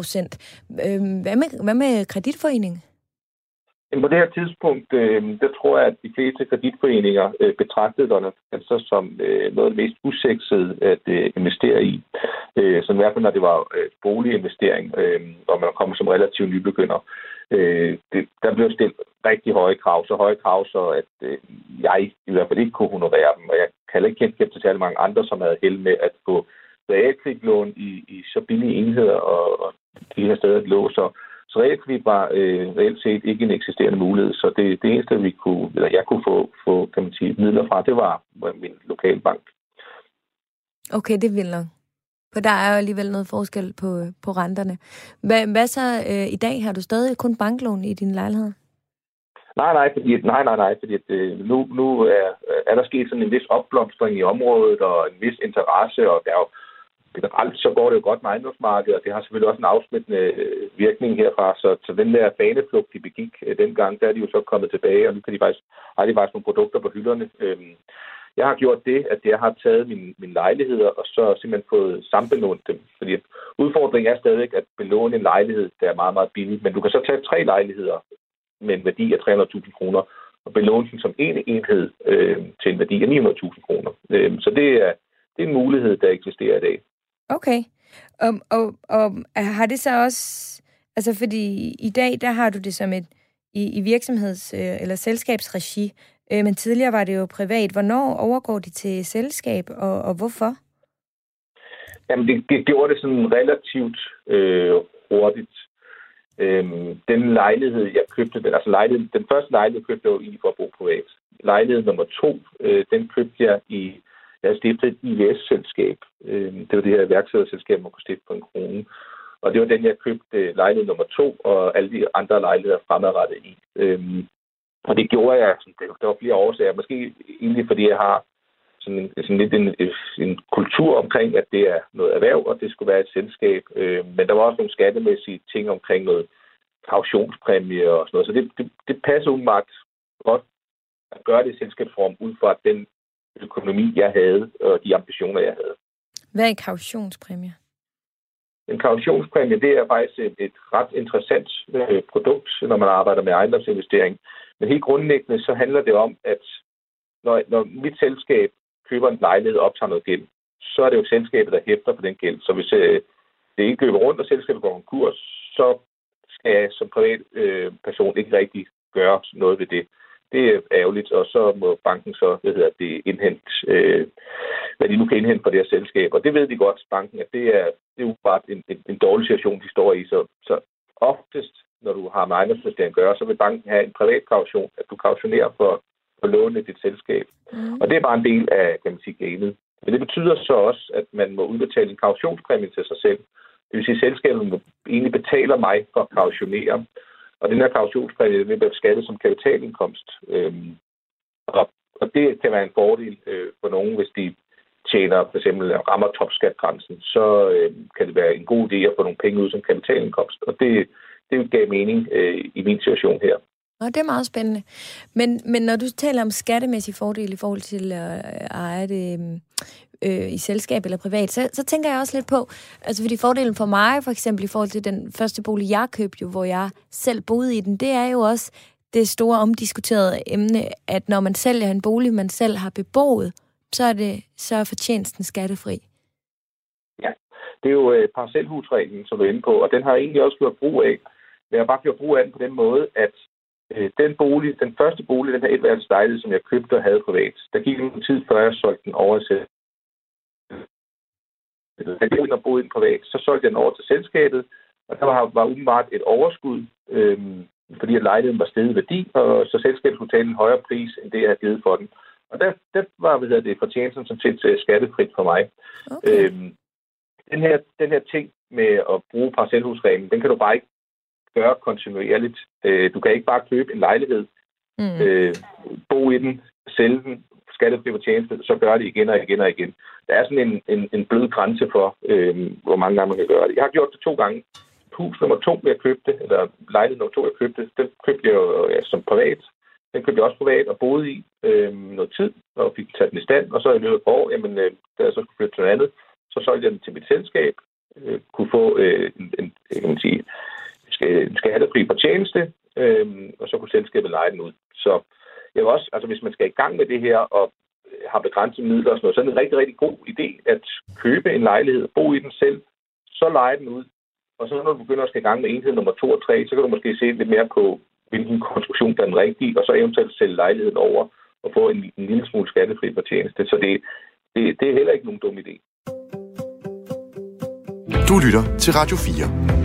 Hvad med kreditforeningen? På det her tidspunkt, der tror jeg, at de fleste kreditforeninger betragtede det altså som noget af det mest usexede at investere i. Så i hvert fald, når det var boliginvestering, og man kommer som relativt nybegynder. Der blev stillet rigtig høje krav, så at jeg i hvert fald ikke kunne honorere dem. Og jeg kan heller ikke kende til særlig mange andre, som havde held med at få realkreditlån i så billige enheder, og de her steder lå. Så realkredit var reelt set ikke en eksisterende mulighed. Så det eneste, jeg kunne få kan man sige, midler fra, det var min lokale bank. Okay, det vil nok. For der er jo alligevel noget forskel på renterne. Hvad så i dag? Har du stadig kun banklån i din lejlighed? Nej, fordi nu er der sket sådan en vis opblomstring i området og en vis interesse, og der er jo generelt så går det jo godt med ejendomsmarkedet, og det har selvfølgelig også en afsmittende virkning herfra. Så den der faneflugt, de begik dengang, der er de jo så kommet tilbage, og nu kan de faktisk nogle produkter på hylderne. Jeg har gjort det, at jeg har taget mine lejligheder, og så simpelthen fået sambelånt dem. Fordi udfordringen er stadig at belåne en lejlighed, der er meget, meget billig. Men du kan så tage 3 lejligheder med en værdi af 300.000 kroner, og belåne den som en enhed til en værdi af 900.000 kroner. Så det er en mulighed, der eksisterer i dag. Okay. Og har det så også... Altså, fordi i dag, der har du det som et i virksomheds- eller selskabsregi, men tidligere var det jo privat. Hvornår overgår de til selskab, og hvorfor? Jamen, det gjorde det sådan relativt hurtigt. Den lejlighed, jeg købte, den første lejlighed købte jeg jo i for at bo privat. Lejlighed nummer 2, den købte jeg jeg stiftede et IVS-selskab. Det var det her iværksætterselskab, man kunne stifte på 1 krone. Og det var den, jeg købte lejlighed nummer 2, og alle de andre lejligheder fremadrettet i. Og det gjorde jeg, der var flere årsager. Måske egentlig, fordi jeg har sådan lidt en kultur omkring, at det er noget erhverv, og det skulle være et selskab. Men der var også nogle skattemæssige ting omkring noget kautionspræmie og sådan noget. Så det passer umiddelbart godt at gøre det i selskabsform ud fra den økonomi, jeg havde, og de ambitioner, jeg havde. Hvad er kautionspræmie? En kautionspræmie, det er faktisk et ret interessant produkt, når man arbejder med ejendomsinvestering. Men helt grundlæggende, så handler det om, at når mit selskab køber en lejlighed og optager noget gæld, så er det jo selskabet, der hæfter på den gæld. Så hvis det ikke løber rundt, og selskabet går konkurs, så skal jeg som privat person ikke rigtig gøre noget ved det. Det er ærgerligt, og så må banken så indhente, hvad de nu kan indhente fra det her selskab. Og det ved de godt, banken, at det er jo bare en dårlig situation, de står i. Så oftest, når du har med ejendomsinvestering at gøre, så vil banken have en privat kaution, at du kautionerer for låne dit selskab. Og det er bare en del af, kan man sige, gamet. Men det betyder så også, at man må udbetale en kautionspræmie til sig selv. Det vil sige, at selskabet egentlig betaler mig for at kautionere. Og den her kautionspræmie vil være beskattet som kapitalindkomst. Og det kan være en fordel for nogen, hvis de tjener, for eksempel rammer topskatgrænsen, så kan det være en god idé at få nogle penge ud som kapitalindkomst. Og det gav mening i min situation her. Og det er meget spændende. Men når du taler om skattemæssige fordele i forhold til at eje det i selskab eller privat, så tænker jeg også lidt på, altså fordi fordelen for mig, for eksempel i forhold til den første bolig, jeg købte, hvor jeg selv boede i den, det er jo også det store omdiskuterede emne, at når man sælger en bolig, man selv har beboet, så er fortjenesten skattefri. Ja, det er jo parcelhusreglen, som du er inde på, og den har jeg egentlig også gjort brug af. Jeg har bare gjort brug af den på den måde, at den første bolig, den her etværelses lejlighed, som jeg købte og havde privat, der gik en tid før jeg solgte den over til. Da jeg begyndte at bo i den privat, så solgte jeg den over til selskabet, og der var umiddelbart et overskud, fordi at lejligheden var steget i værdi, og så selskabet skulle tage en højere pris, end det jeg havde givet for den. Og der var fortjenesten som set skattefrit for mig. Okay. Den her ting med at bruge parcelhusreglen, den kan du bare ikke gøre kontinuerligt. Du kan ikke bare købe en lejlighed, bo i den, sælge den, skattefri fortjeneste, så gør det igen og igen og igen. Der er sådan en blød grænse for, hvor mange gange man kan gøre det. Jeg har gjort det 2 gange. Hus nummer 2, jeg købte, eller lejlighed nummer 2, jeg købte, den købte jeg jo som privat. Den købte jeg også privat og boede i noget tid, og fik taget den i stand. Og så i løbet af et år, da jeg så skulle flytte til noget andet, så solgte jeg den til mit selskab, kunne få en skattefri fortjeneste, og så kunne selskabet leje den ud. Så jeg vil også, altså hvis man skal i gang med det her, og har begrænset midler og sådan noget, så er det en rigtig, rigtig god idé at købe en lejlighed, bo i den selv, så leje den ud. Og så når du begynder at skal i gang med enhed nummer 2 og 3, så kan du måske se lidt mere på, hvilken konstruktion der er den rigtige, og så eventuelt sælge lejligheden over og få en lille smule skattefri fortjeneste. Så det er heller ikke nogen dum idé. Du lytter til Radio 4.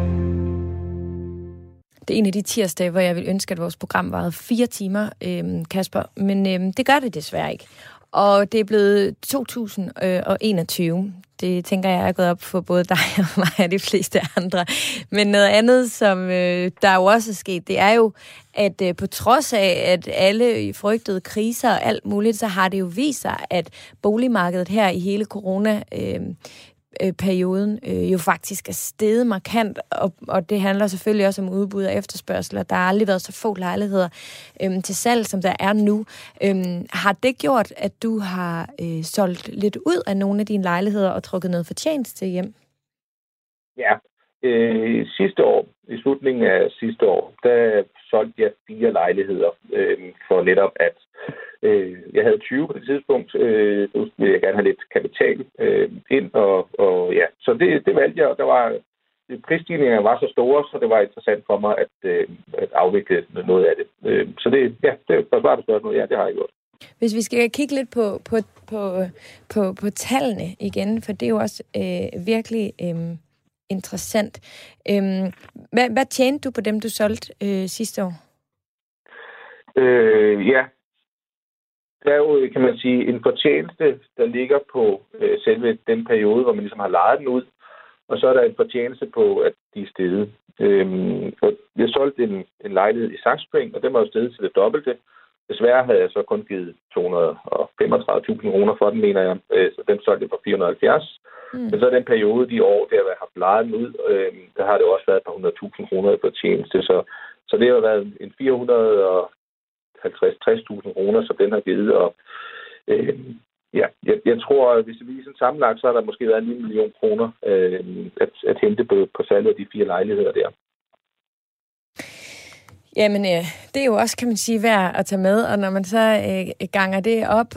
Det er en af de tirsdage, hvor jeg vil ønske, at vores program varede 4 timer, Kasper. Men det gør det desværre ikke. Og det er blevet 2021. Det tænker jeg er gået op for både dig og mig og de fleste andre. Men noget andet, som der jo også er sket, det er jo, at på trods af, at alle frygtede kriser og alt muligt, så har det jo vist sig, at boligmarkedet her i hele corona perioden jo faktisk er steget markant, og det handler selvfølgelig også om udbud og efterspørgsel, og der har aldrig været så få lejligheder til salg, som der er nu. Har det gjort, at du har solgt lidt ud af nogle af dine lejligheder og trukket noget fortjeneste hjem? Ja. Sidste år, i slutningen af sidste år, der solgte jeg 4 lejligheder for netop, at jeg havde 20 på det tidspunkt. Nu ville jeg gerne have lidt kapital ind, og ja, så det valgte jeg, og der var prisstigningerne var så store, så det var interessant for mig at afvikle noget af det. Så det var bare det spørgsmål. Ja, det har jeg gjort. Hvis vi skal kigge lidt på tallene igen, for det er jo også virkelig interessant. Hvad tjente du på dem, du solgte sidste år? Ja, der er jo, kan man sige, en fortjeneste, der ligger på selve den periode, hvor man ligesom har lejet den ud, og så er der en fortjeneste på, at de er steget. Jeg solgte en lejlighed i Saxspring, og den var jo steget til det dobbelte. Desværre havde jeg så kun givet 235.000 kroner for den, mener jeg. Så den solgte jeg for 470. Men så den periode, de år, der jeg har haft lejet den ud, der har det også været et par 100.000 kroner i fortjeneste. Så det har været en 450-60.000 kroner, som den har givet. Og jeg tror, at hvis det viser sammenlagt, så har der måske været 1 million kroner at hente på salget af de 4 lejligheder der. Jamen, det er jo også, kan man sige, værd at tage med, og når man så ganger det op,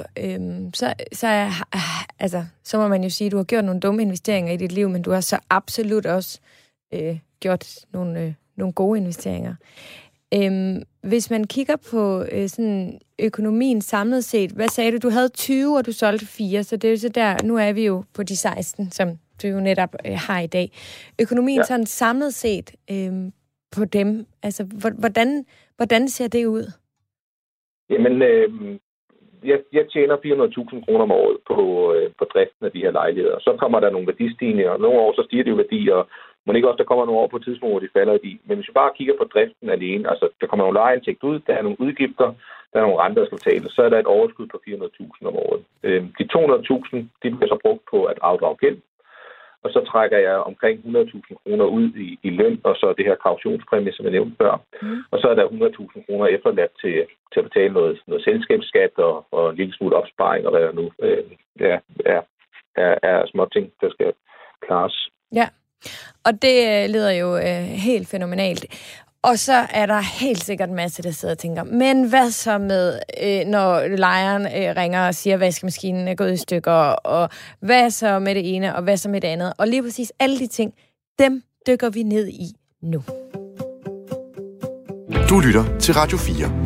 så må man jo sige, at du har gjort nogle dumme investeringer i dit liv, men du har så absolut også gjort nogle gode investeringer. Hvis man kigger på sådan økonomien samlet set, hvad sagde du? Du havde 20, og du solgte 4, så det er jo så der, nu er vi jo på de 16, som du jo netop har i dag. Økonomien sådan samlet set på dem, altså hvordan ser det ud? Jamen, jeg tjener 400.000 kroner om året på driften af de her lejligheder. Så kommer der nogle værdistigninger, og nogle år så stiger det jo værdi, og må ikke også, der kommer nogle år på et tidspunkt, hvor de falder i værdi. Men hvis vi bare kigger på driften alene, altså der kommer nogle lejeindtægt ud, der er nogle udgifter, der er nogle renter, der skal betales, så er der et overskud på 400.000 om året. De 200.000, de bliver så brugt på at afdrage gæld, og så trækker jeg omkring 100.000 kroner ud i løn, og så det her kautionspræmie, som jeg nævnte før. Og så er der 100.000 kroner efterladt til at betale noget selskabsskat og en lille smule opsparing, og hvad der nu er små ting, der skal klares. Ja, og det lyder jo helt fænomenalt. Og så er der helt sikkert en masse, der sidder og tænker, men hvad så med, når lejeren ringer og siger, at vaskemaskinen er gået i stykker, og hvad så med det ene, og hvad så med det andet? Og lige præcis alle de ting, dem dykker vi ned i nu. Du lytter til Radio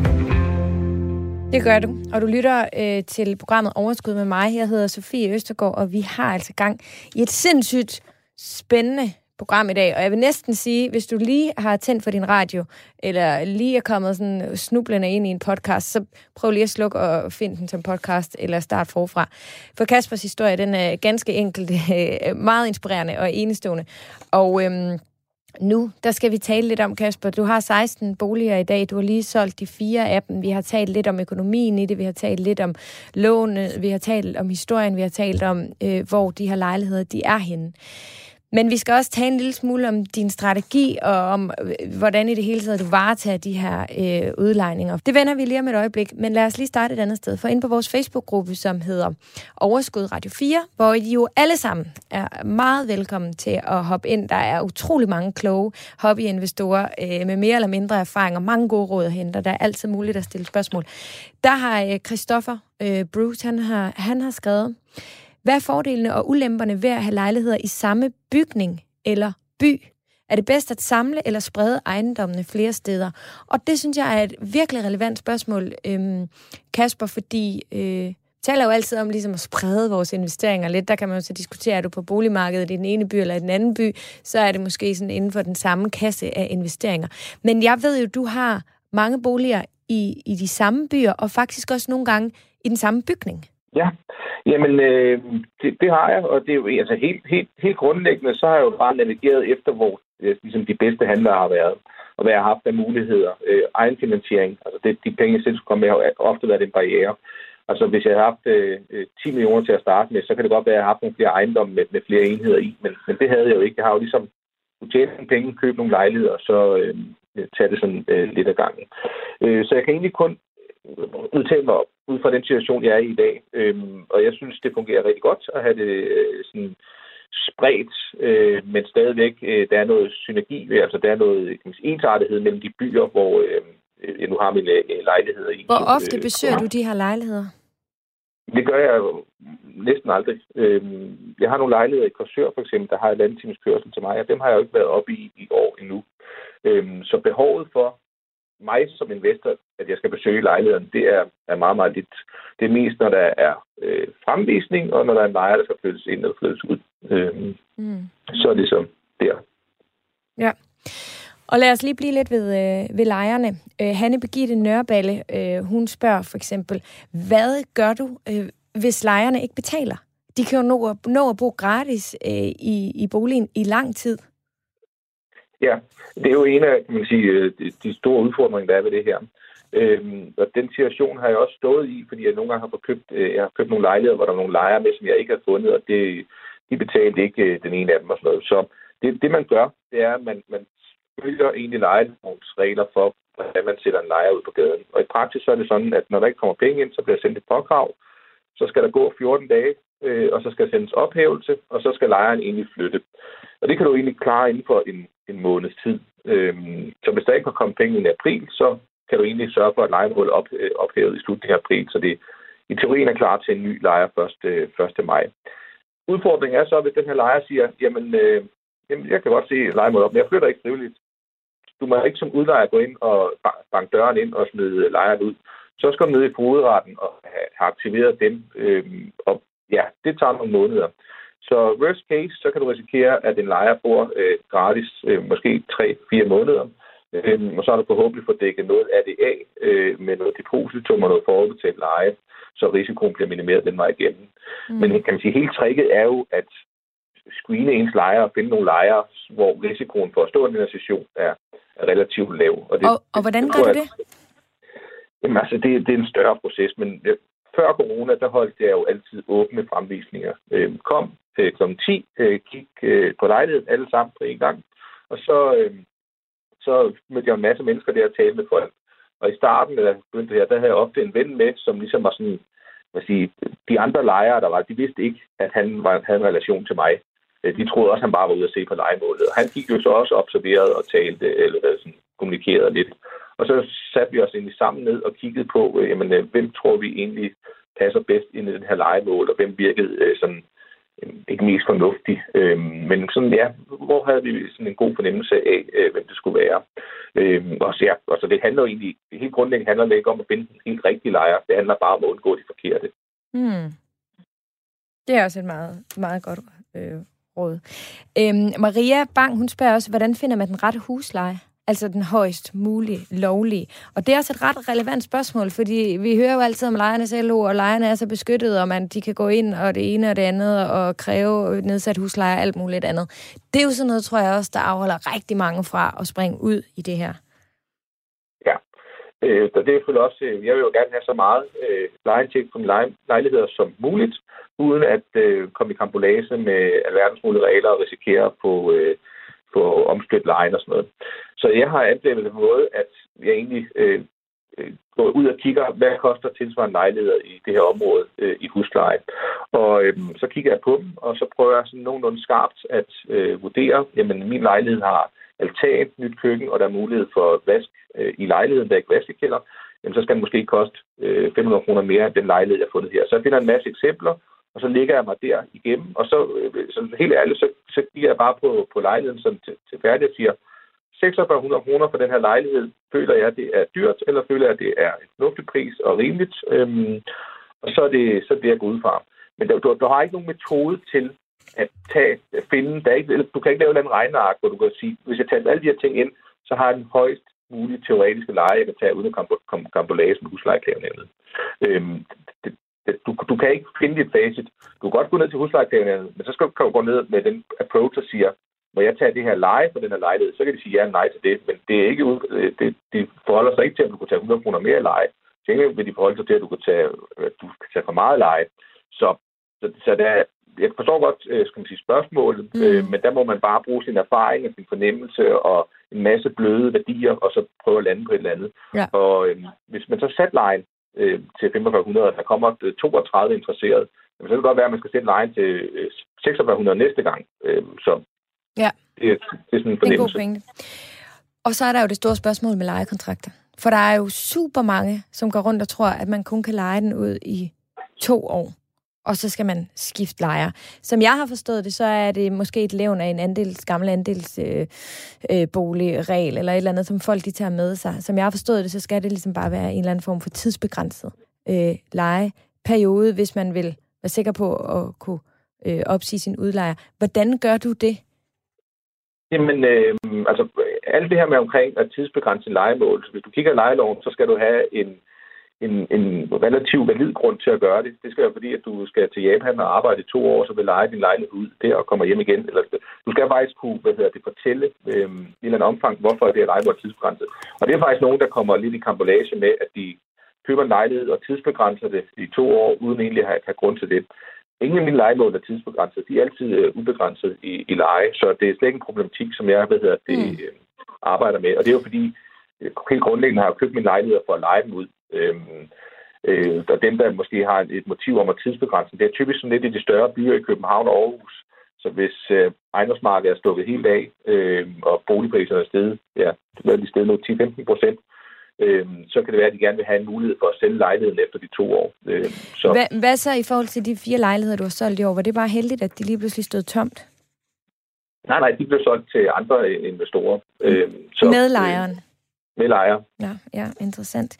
4. Det gør du, og du lytter til programmet Overskud med mig. Jeg hedder Sofie Østergaard, og vi har altså gang i et sindssygt spændende program i dag, og jeg vil næsten sige, hvis du lige har tændt for din radio, eller lige er kommet sådan snublende ind i en podcast, så prøv lige at slukke og finde den som podcast, eller start forfra. For Kaspers historie, den er ganske enkelt, meget inspirerende og enestående. Og nu, der skal vi tale lidt om, Kasper. Du har 16 boliger i dag. Du har lige solgt de 4 af dem. Vi har talt lidt om økonomien i det. Vi har talt lidt om lånet. Vi har talt om historien. Vi har talt om, hvor de her lejligheder, de er henne. Men vi skal også tale en lille smule om din strategi, og om, hvordan i det hele taget du varetager de her udlejninger. Det vender vi lige om et øjeblik, men lad os lige starte et andet sted. For inde på vores Facebook-gruppe, som hedder Overskud Radio 4, hvor I jo alle sammen er meget velkommen til at hoppe ind. Der er utrolig mange kloge hobbyinvestorer med mere eller mindre erfaring, og mange gode råd at hente. Der er altid muligt at stille spørgsmål. Der har Christoffer Bruce, han har skrevet: hvad er fordelene og ulemperne ved at have lejligheder i samme bygning eller by? Er det bedst at samle eller sprede ejendommene flere steder? Og det synes jeg er et virkelig relevant spørgsmål, Kasper, fordi vi taler jo altid om ligesom at sprede vores investeringer lidt. Der kan man jo så diskutere, er du på boligmarkedet i den ene by eller i den anden by, så er det måske sådan inden for den samme kasse af investeringer. Men jeg ved jo, du har mange boliger i de samme byer, og faktisk også nogle gange i den samme bygning. Ja, jamen det har jeg, og det er jo altså helt grundlæggende, så har jeg jo bare navigeret efter, hvor ligesom de bedste handlere har været, og hvad jeg har haft af muligheder. Egenfinansiering, altså de penge, jeg selv skulle komme med, har ofte været en barriere. Altså, hvis jeg havde haft 10 millioner til at starte med, så kan det godt være, at jeg har haft nogle flere ejendomme med flere enheder i, men det havde jeg jo ikke. Jeg har jo ligesom tjent nogle penge, købe nogle lejligheder, og så tage det sådan lidt ad gangen. Så jeg kan egentlig kun udtale mig ud fra den situation, jeg er i dag. Og jeg synes, det fungerer rigtig godt at have det sådan spredt, men stadigvæk, der er noget synergi, altså der er noget ensartethed mellem de byer, hvor jeg nu har mine lejligheder i. Hvor ofte besøger du de her lejligheder? Det gør jeg jo næsten aldrig. Jeg har nogle lejligheder i Korsør, for eksempel, der har et andet times kørsel til mig, og dem har jeg jo ikke været oppe i år endnu. Så behovet for mig som investor, at jeg skal besøge lejligheden, det er meget, meget lidt. Det er mest, når der er fremvisning, og når der er en lejer, der skal flyttes ind og flyttes ud. Så er det så der. Ja. Og lad os lige blive lidt ved lejerne. Hanne Birgitte Nørballe, hun spørger for eksempel, hvad gør du, hvis lejerne ikke betaler? De kan jo nå at bo gratis i boligen i lang tid. Ja, det er jo en af, kan man sige, de store udfordringer, der er ved det her. Og den situation har jeg også stået i, fordi jeg nogle gange har købt nogle lejligheder, hvor der er nogle lejere med, som jeg ikke har fundet, og de betalte ikke den ene af dem og sådan noget. Så det man gør, det er, at man følger egentlig lejelovsregler for, hvordan man sætter en lejer ud på gaden. Og i praksis så er det sådan, at når der ikke kommer penge ind, så bliver der sendt et påkrav, så skal der gå 14 dage, og så skal der sendes ophævelse, og så skal lejeren egentlig flytte. Og det kan du egentlig klare inden for en måneds tid. Så hvis der ikke har kommet penge i april, så kan du egentlig sørge for, at lejemålet ophævet i slutningen af april, så det i teorien er klar til en ny lejer 1. maj. Udfordringen er så, hvis den her lejer siger, jamen jeg kan godt se lejemålet op, men jeg flytter ikke frivilligt. Du må ikke som udlejer gå ind og banke døren ind og smide lejeren ud. Så skal du ned i fogedretten og have aktiveret dem. Og ja, det tager nogle måneder. Så worst case, så kan du risikere, at en lejer bor gratis måske 3-4 måneder. Og så har du forhåbentlig fået dækket noget af det af med noget depositum og noget forudbetalt leje, så risikoen bliver minimeret den vej igennem. Men kan man sige, hele tricket er jo at screene ens lejere og finde nogle lejere, hvor risikoen for at stå i den her situation er relativt lav. Og hvordan gør du det? Jamen altså, det er en større proces, men før corona, der holdt jeg jo altid åbne fremvisninger. Kom kl. 10, kig på lejligheden alle sammen på en gang, og så mødte jeg en masse mennesker der og talte med folk. Og i starten, da jeg begyndte her, der havde jeg ofte en ven med, som ligesom var sådan, de andre lejere, der var, de vidste ikke, at han havde en relation til mig. De troede også, at han bare var ude at se på lejemålet. Og han gik jo så også observeret og talte, eller sådan, kommunikerede lidt. Og så satte vi os egentlig sammen ned og kiggede på, hvem tror vi egentlig passer bedst ind i den her lejemål, og hvem virkede sådan ikke mest fornuftig. Men sådan, ja, hvor havde vi sådan en god fornemmelse af, hvem det skulle være. Og så det handler jo egentlig, helt grundlæggende handler det ikke om at finde en helt rigtig lejer. Det handler bare om at undgå de forkerte. Det er også et meget, meget godt råd. Maria Bang, hun spørger også, hvordan finder man den rette husleje? Altså den højst mulige, lovlige. Og det er også et ret relevant spørgsmål, fordi vi hører jo altid om lejernes LO, og lejerne er så beskyttet, og de kan gå ind og det ene og det andet, og kræve nedsat husleje og alt muligt andet. Det er jo sådan noget, tror jeg også, der afholder rigtig mange fra at springe ud i det her. Ja, det er selvfølgelig også, jeg vil jo gerne have så meget lejeindtægt på mine lejligheder som muligt, uden at komme i karambolage med alverdens mulige regler og risikere på omstødt lejen og sådan noget. Så jeg har anbefalet den måde, at jeg egentlig går ud og kigger, hvad koster tilsvarende lejligheder i det her område i husleje. Og så kigger jeg på dem, og så prøver jeg sådan nogenlunde skarpt at vurdere, jamen min lejlighed har altan, nyt køkken, og der er mulighed for vask i lejligheden, der er ikke vaskekælder, jamen så skal den måske koste 500 kroner mere end den lejlighed, jeg har fundet her. Så jeg finder en masse eksempler, og så ligger jeg mig der igennem, og så helt ærligt, så giver jeg bare på lejligheden sådan til færdig og siger, 4600 kroner for den her lejlighed, føler jeg, at det er dyrt, eller føler jeg, at det er en fornuftig pris og rimeligt, og så er det jeg går ud fra. Men du har ikke nogen metode til at finde, du kan ikke lave en regneark, hvor du kan sige, hvis jeg tager alle de her ting ind, så har jeg den højst mulige teoretiske leje, jeg kan tage uden at komme karambolage med huslejeklagenævnet. Du kan ikke finde dit facit. Du kan godt gå ned til huslejeklagenævnet, men så skal du gå ned med den approach og siger, må jeg tage det her leje for den her lejlighed, så kan de sige ja eller nej til det, men det er ikke det forholder sig ikke til, at du kan tage 100 kroner mere i leje. tænke vil de forholde sig til, at du kan tage for meget leje. Så der, jeg forstår godt, skal man sige, spørgsmålet, men der må man bare bruge sin erfaring og sin fornemmelse og en masse bløde værdier, og så prøve at lande på et eller andet. Ja. Og hvis man så satte lejen til 4500, der kommer 32 interesserede, så kan det godt være, at man skal sætte lejen til 4600 næste gang. Så ja. Det er sådan en fornemmelse. Det er en god pointe. Og så er der jo det store spørgsmål med lejekontrakter. For der er jo super mange, som går rundt og tror, at man kun kan leje den ud i 2 år. Og så skal man skifte lejer. Som jeg har forstået det, så er det måske et levn af en gammel andelsboligregel, eller et eller andet, som folk de tager med sig. Som jeg har forstået det, så skal det ligesom bare være en eller anden form for tidsbegrænset lejeperiode, hvis man vil være sikker på at kunne opsige sin udlejer. Hvordan gør du det? Jamen, altså, alt det her med omkring at tidsbegrænse lejemål, så hvis du kigger i lejeloven, så skal du have en relativt valid grund til at gøre det. Det skal være fordi, at du skal til Japan og arbejde i 2 år, så vil leje din lejlighed ud der og kommer hjem igen. Eller, du skal faktisk kunne fortælle i en eller anden omfang, hvorfor det er lejemål tidsbegrænset. Og det er faktisk nogen, der kommer lidt i karambolage med, at de køber en lejlighed og tidsbegrænser det i 2 år, uden egentlig at have grund til det. Ingen af mine lejemål er tidsbegrænset. De er altid ubegrænset i leje, så det er slet ikke en problematik, som jeg arbejder med. Og det er jo fordi, helt grundlæggende har jeg købt mine lejligheder for at leje dem ud. Og dem, der måske har et motiv om at tidsbegrænse, det er typisk sådan lidt i de større byer i København og Aarhus. Så hvis ejendomsmarkedet er stukket helt af, og boligpriserne er steget, de steget nu 10-15%, så kan det være, at de gerne vil have en mulighed for at sælge lejligheden efter de 2 år. Hvad så i forhold til de 4 lejligheder, du har solgt i år? Var det bare heldigt, at de lige pludselig stod tomt? Nej, de blev solgt til andre investorer. Med lejeren? Med lejer. Ja, interessant.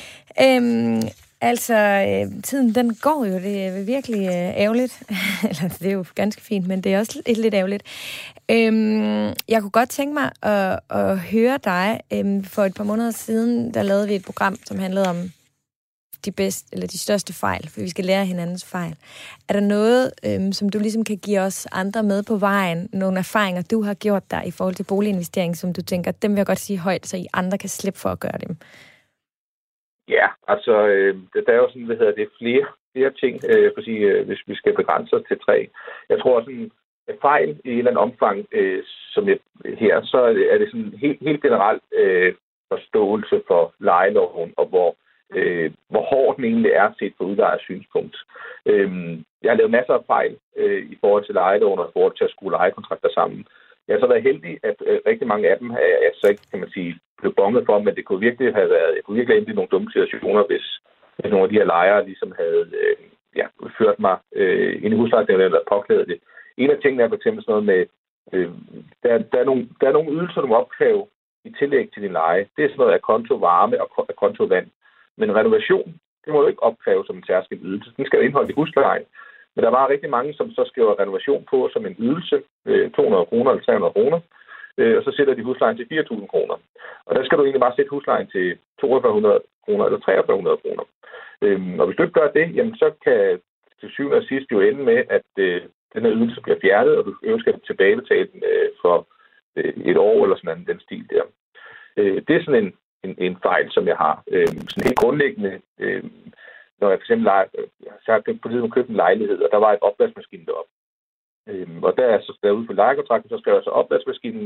Tiden den går jo, det er virkelig ærgerligt. Eller det er jo ganske fint, men det er også lidt ærgerligt. Jeg kunne godt tænke mig at høre dig. For et par måneder siden, der lavede vi et program, som handlede om de største fejl, for vi skal lære hinandens fejl. Er der noget, som du ligesom kan give os andre med på vejen, nogle erfaringer, du har gjort der i forhold til boliginvestering, som du tænker, dem vil jeg godt sige højt, så I andre kan slippe for at gøre dem? Ja, altså, der er jo sådan, flere ting, hvis vi skal begrænse os til 3. Jeg tror sådan, en fejl i en eller anden omfang, her, så er det sådan helt generelt forståelse for lejeloven, og hvor hårdt den egentlig er set fra udlejers synspunkt. Jeg har lavet masser af fejl i forhold til lejeloven og i forhold til at skrue lejekontrakter sammen. Jeg har så været heldig, at rigtig mange af dem har jeg så ikke, kan man sige, blevet bonget for, men det kunne virkelig have været, jeg kunne virkelig have nogle dumme situationer, hvis nogle af de her lejere ligesom havde ført mig ind i huslejenævnet eller påklædet det. En af tingene er for eksempel sådan noget med, der er nogle ydelser, du må opkræve i tillæg til din leje. Det er sådan noget af konto varme og af konto vand. Men renovation, det må du ikke opkræve som en særskilt ydelse. Den skal jo indeholde i huslejen. Men der var rigtig mange, som så skriver renovation på som en ydelse, 200 kroner eller 300 kroner, og så sætter de huslejen til 4.000 kroner. Og der skal du egentlig bare sætte huslejen til 4.200 kroner eller 4.300 kroner. Og hvis du ikke gør det, jamen så kan til syvende og sidst jo ende med, at den her ydelse bliver fjernet, og du skal tilbagebetale den for et år eller sådan den stil der. Det er sådan en fejl, som jeg har. Sådan helt grundlæggende, når jeg for eksempel så har jeg købt en lejlighed, og der var et opvaskemaskine deroppe. Og derude på lejekontrakten, så skrev jeg så opvaskemaskinen,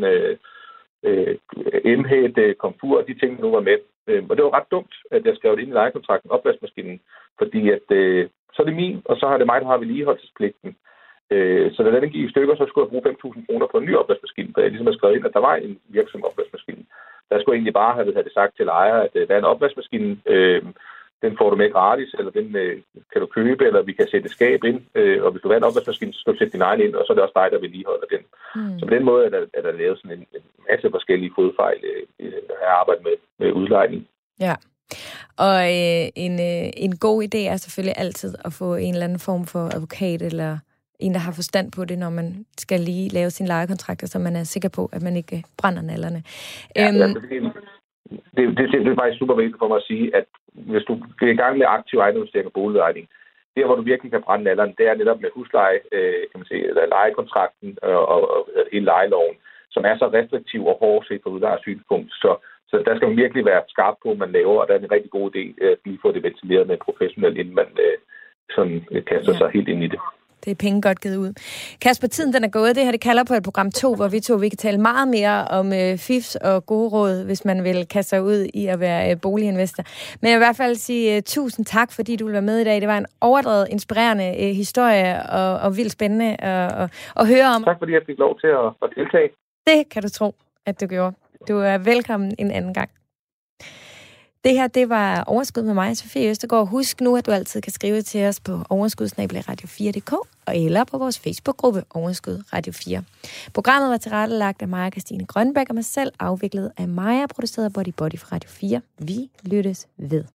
emhæt, komfur, og de ting, nu var med. Og det var ret dumt, at jeg skrev det ind i lejekontrakten, opvaskemaskinen, fordi at så er det min, og så har det mig, der har vedligeholdelsespligten. Så da den gik i stykker, så skulle jeg bruge 5.000 kroner på en ny opvaskemaskine, for jeg ligesom har skrevet ind, at der var en virksom opvaskemaskine. Der skulle jeg egentlig bare have det sagt til lejer, at der er en opvaskemaskine, den får du med gratis, eller den kan du købe, eller vi kan sætte et skab ind, og hvis du vil have en opvaskemaskine, så skal du sætte din egen ind, og så er det også dig, der vedligeholder den. Så på den måde er der lavet sådan en masse forskellige fodfejl, når jeg arbejder med udlejning. Ja, og en god idé er selvfølgelig altid at få en eller anden form for advokat, eller en, der har forstand på det, når man skal lige lave sin lejekontrakter, så man er sikker på, at man ikke brænder nallerne. Det er faktisk super vigtigt for mig at sige, at hvis du er i gang med aktiv ejendomsvurdering og boligudlejning, der hvor du virkelig kan brænde nallerne, det er netop med husleje, kan man sige, eller lejekontrakten og hele lejeloven, som er så restriktiv og hård set på udlejers synspunkt. Så Så der skal man virkelig være skarp på, hvad man laver, og der er en rigtig god idé at lige få det ventileret med professionelt, inden man sådan kaster sig helt ind i det. Det er penge godt givet ud. Kasper, tiden den er gået. Det her det kalder på et program 2, hvor vi kan tale meget mere om fifs og gode råd, hvis man vil kaste sig ud i at være boliginvestor. Men jeg vil i hvert fald sige tusind tak, fordi du vil være med i dag. Det var en overdrevet, inspirerende historie og vildt spændende at høre om. Tak fordi jeg fik lov til at deltage. Det kan du tro, at du gjorde. Du er velkommen en anden gang. Det her, det var Overskud med mig, Sofie Østergaard. Husk nu, at du altid kan skrive til os på overskud@radio4.dk eller på vores Facebook-gruppe Overskud Radio 4. Programmet var tilrettelagt af Maja Christine Grønbæk og mig selv, afviklet af Maja, produceret af Body fra Radio 4. Vi lyttes ved.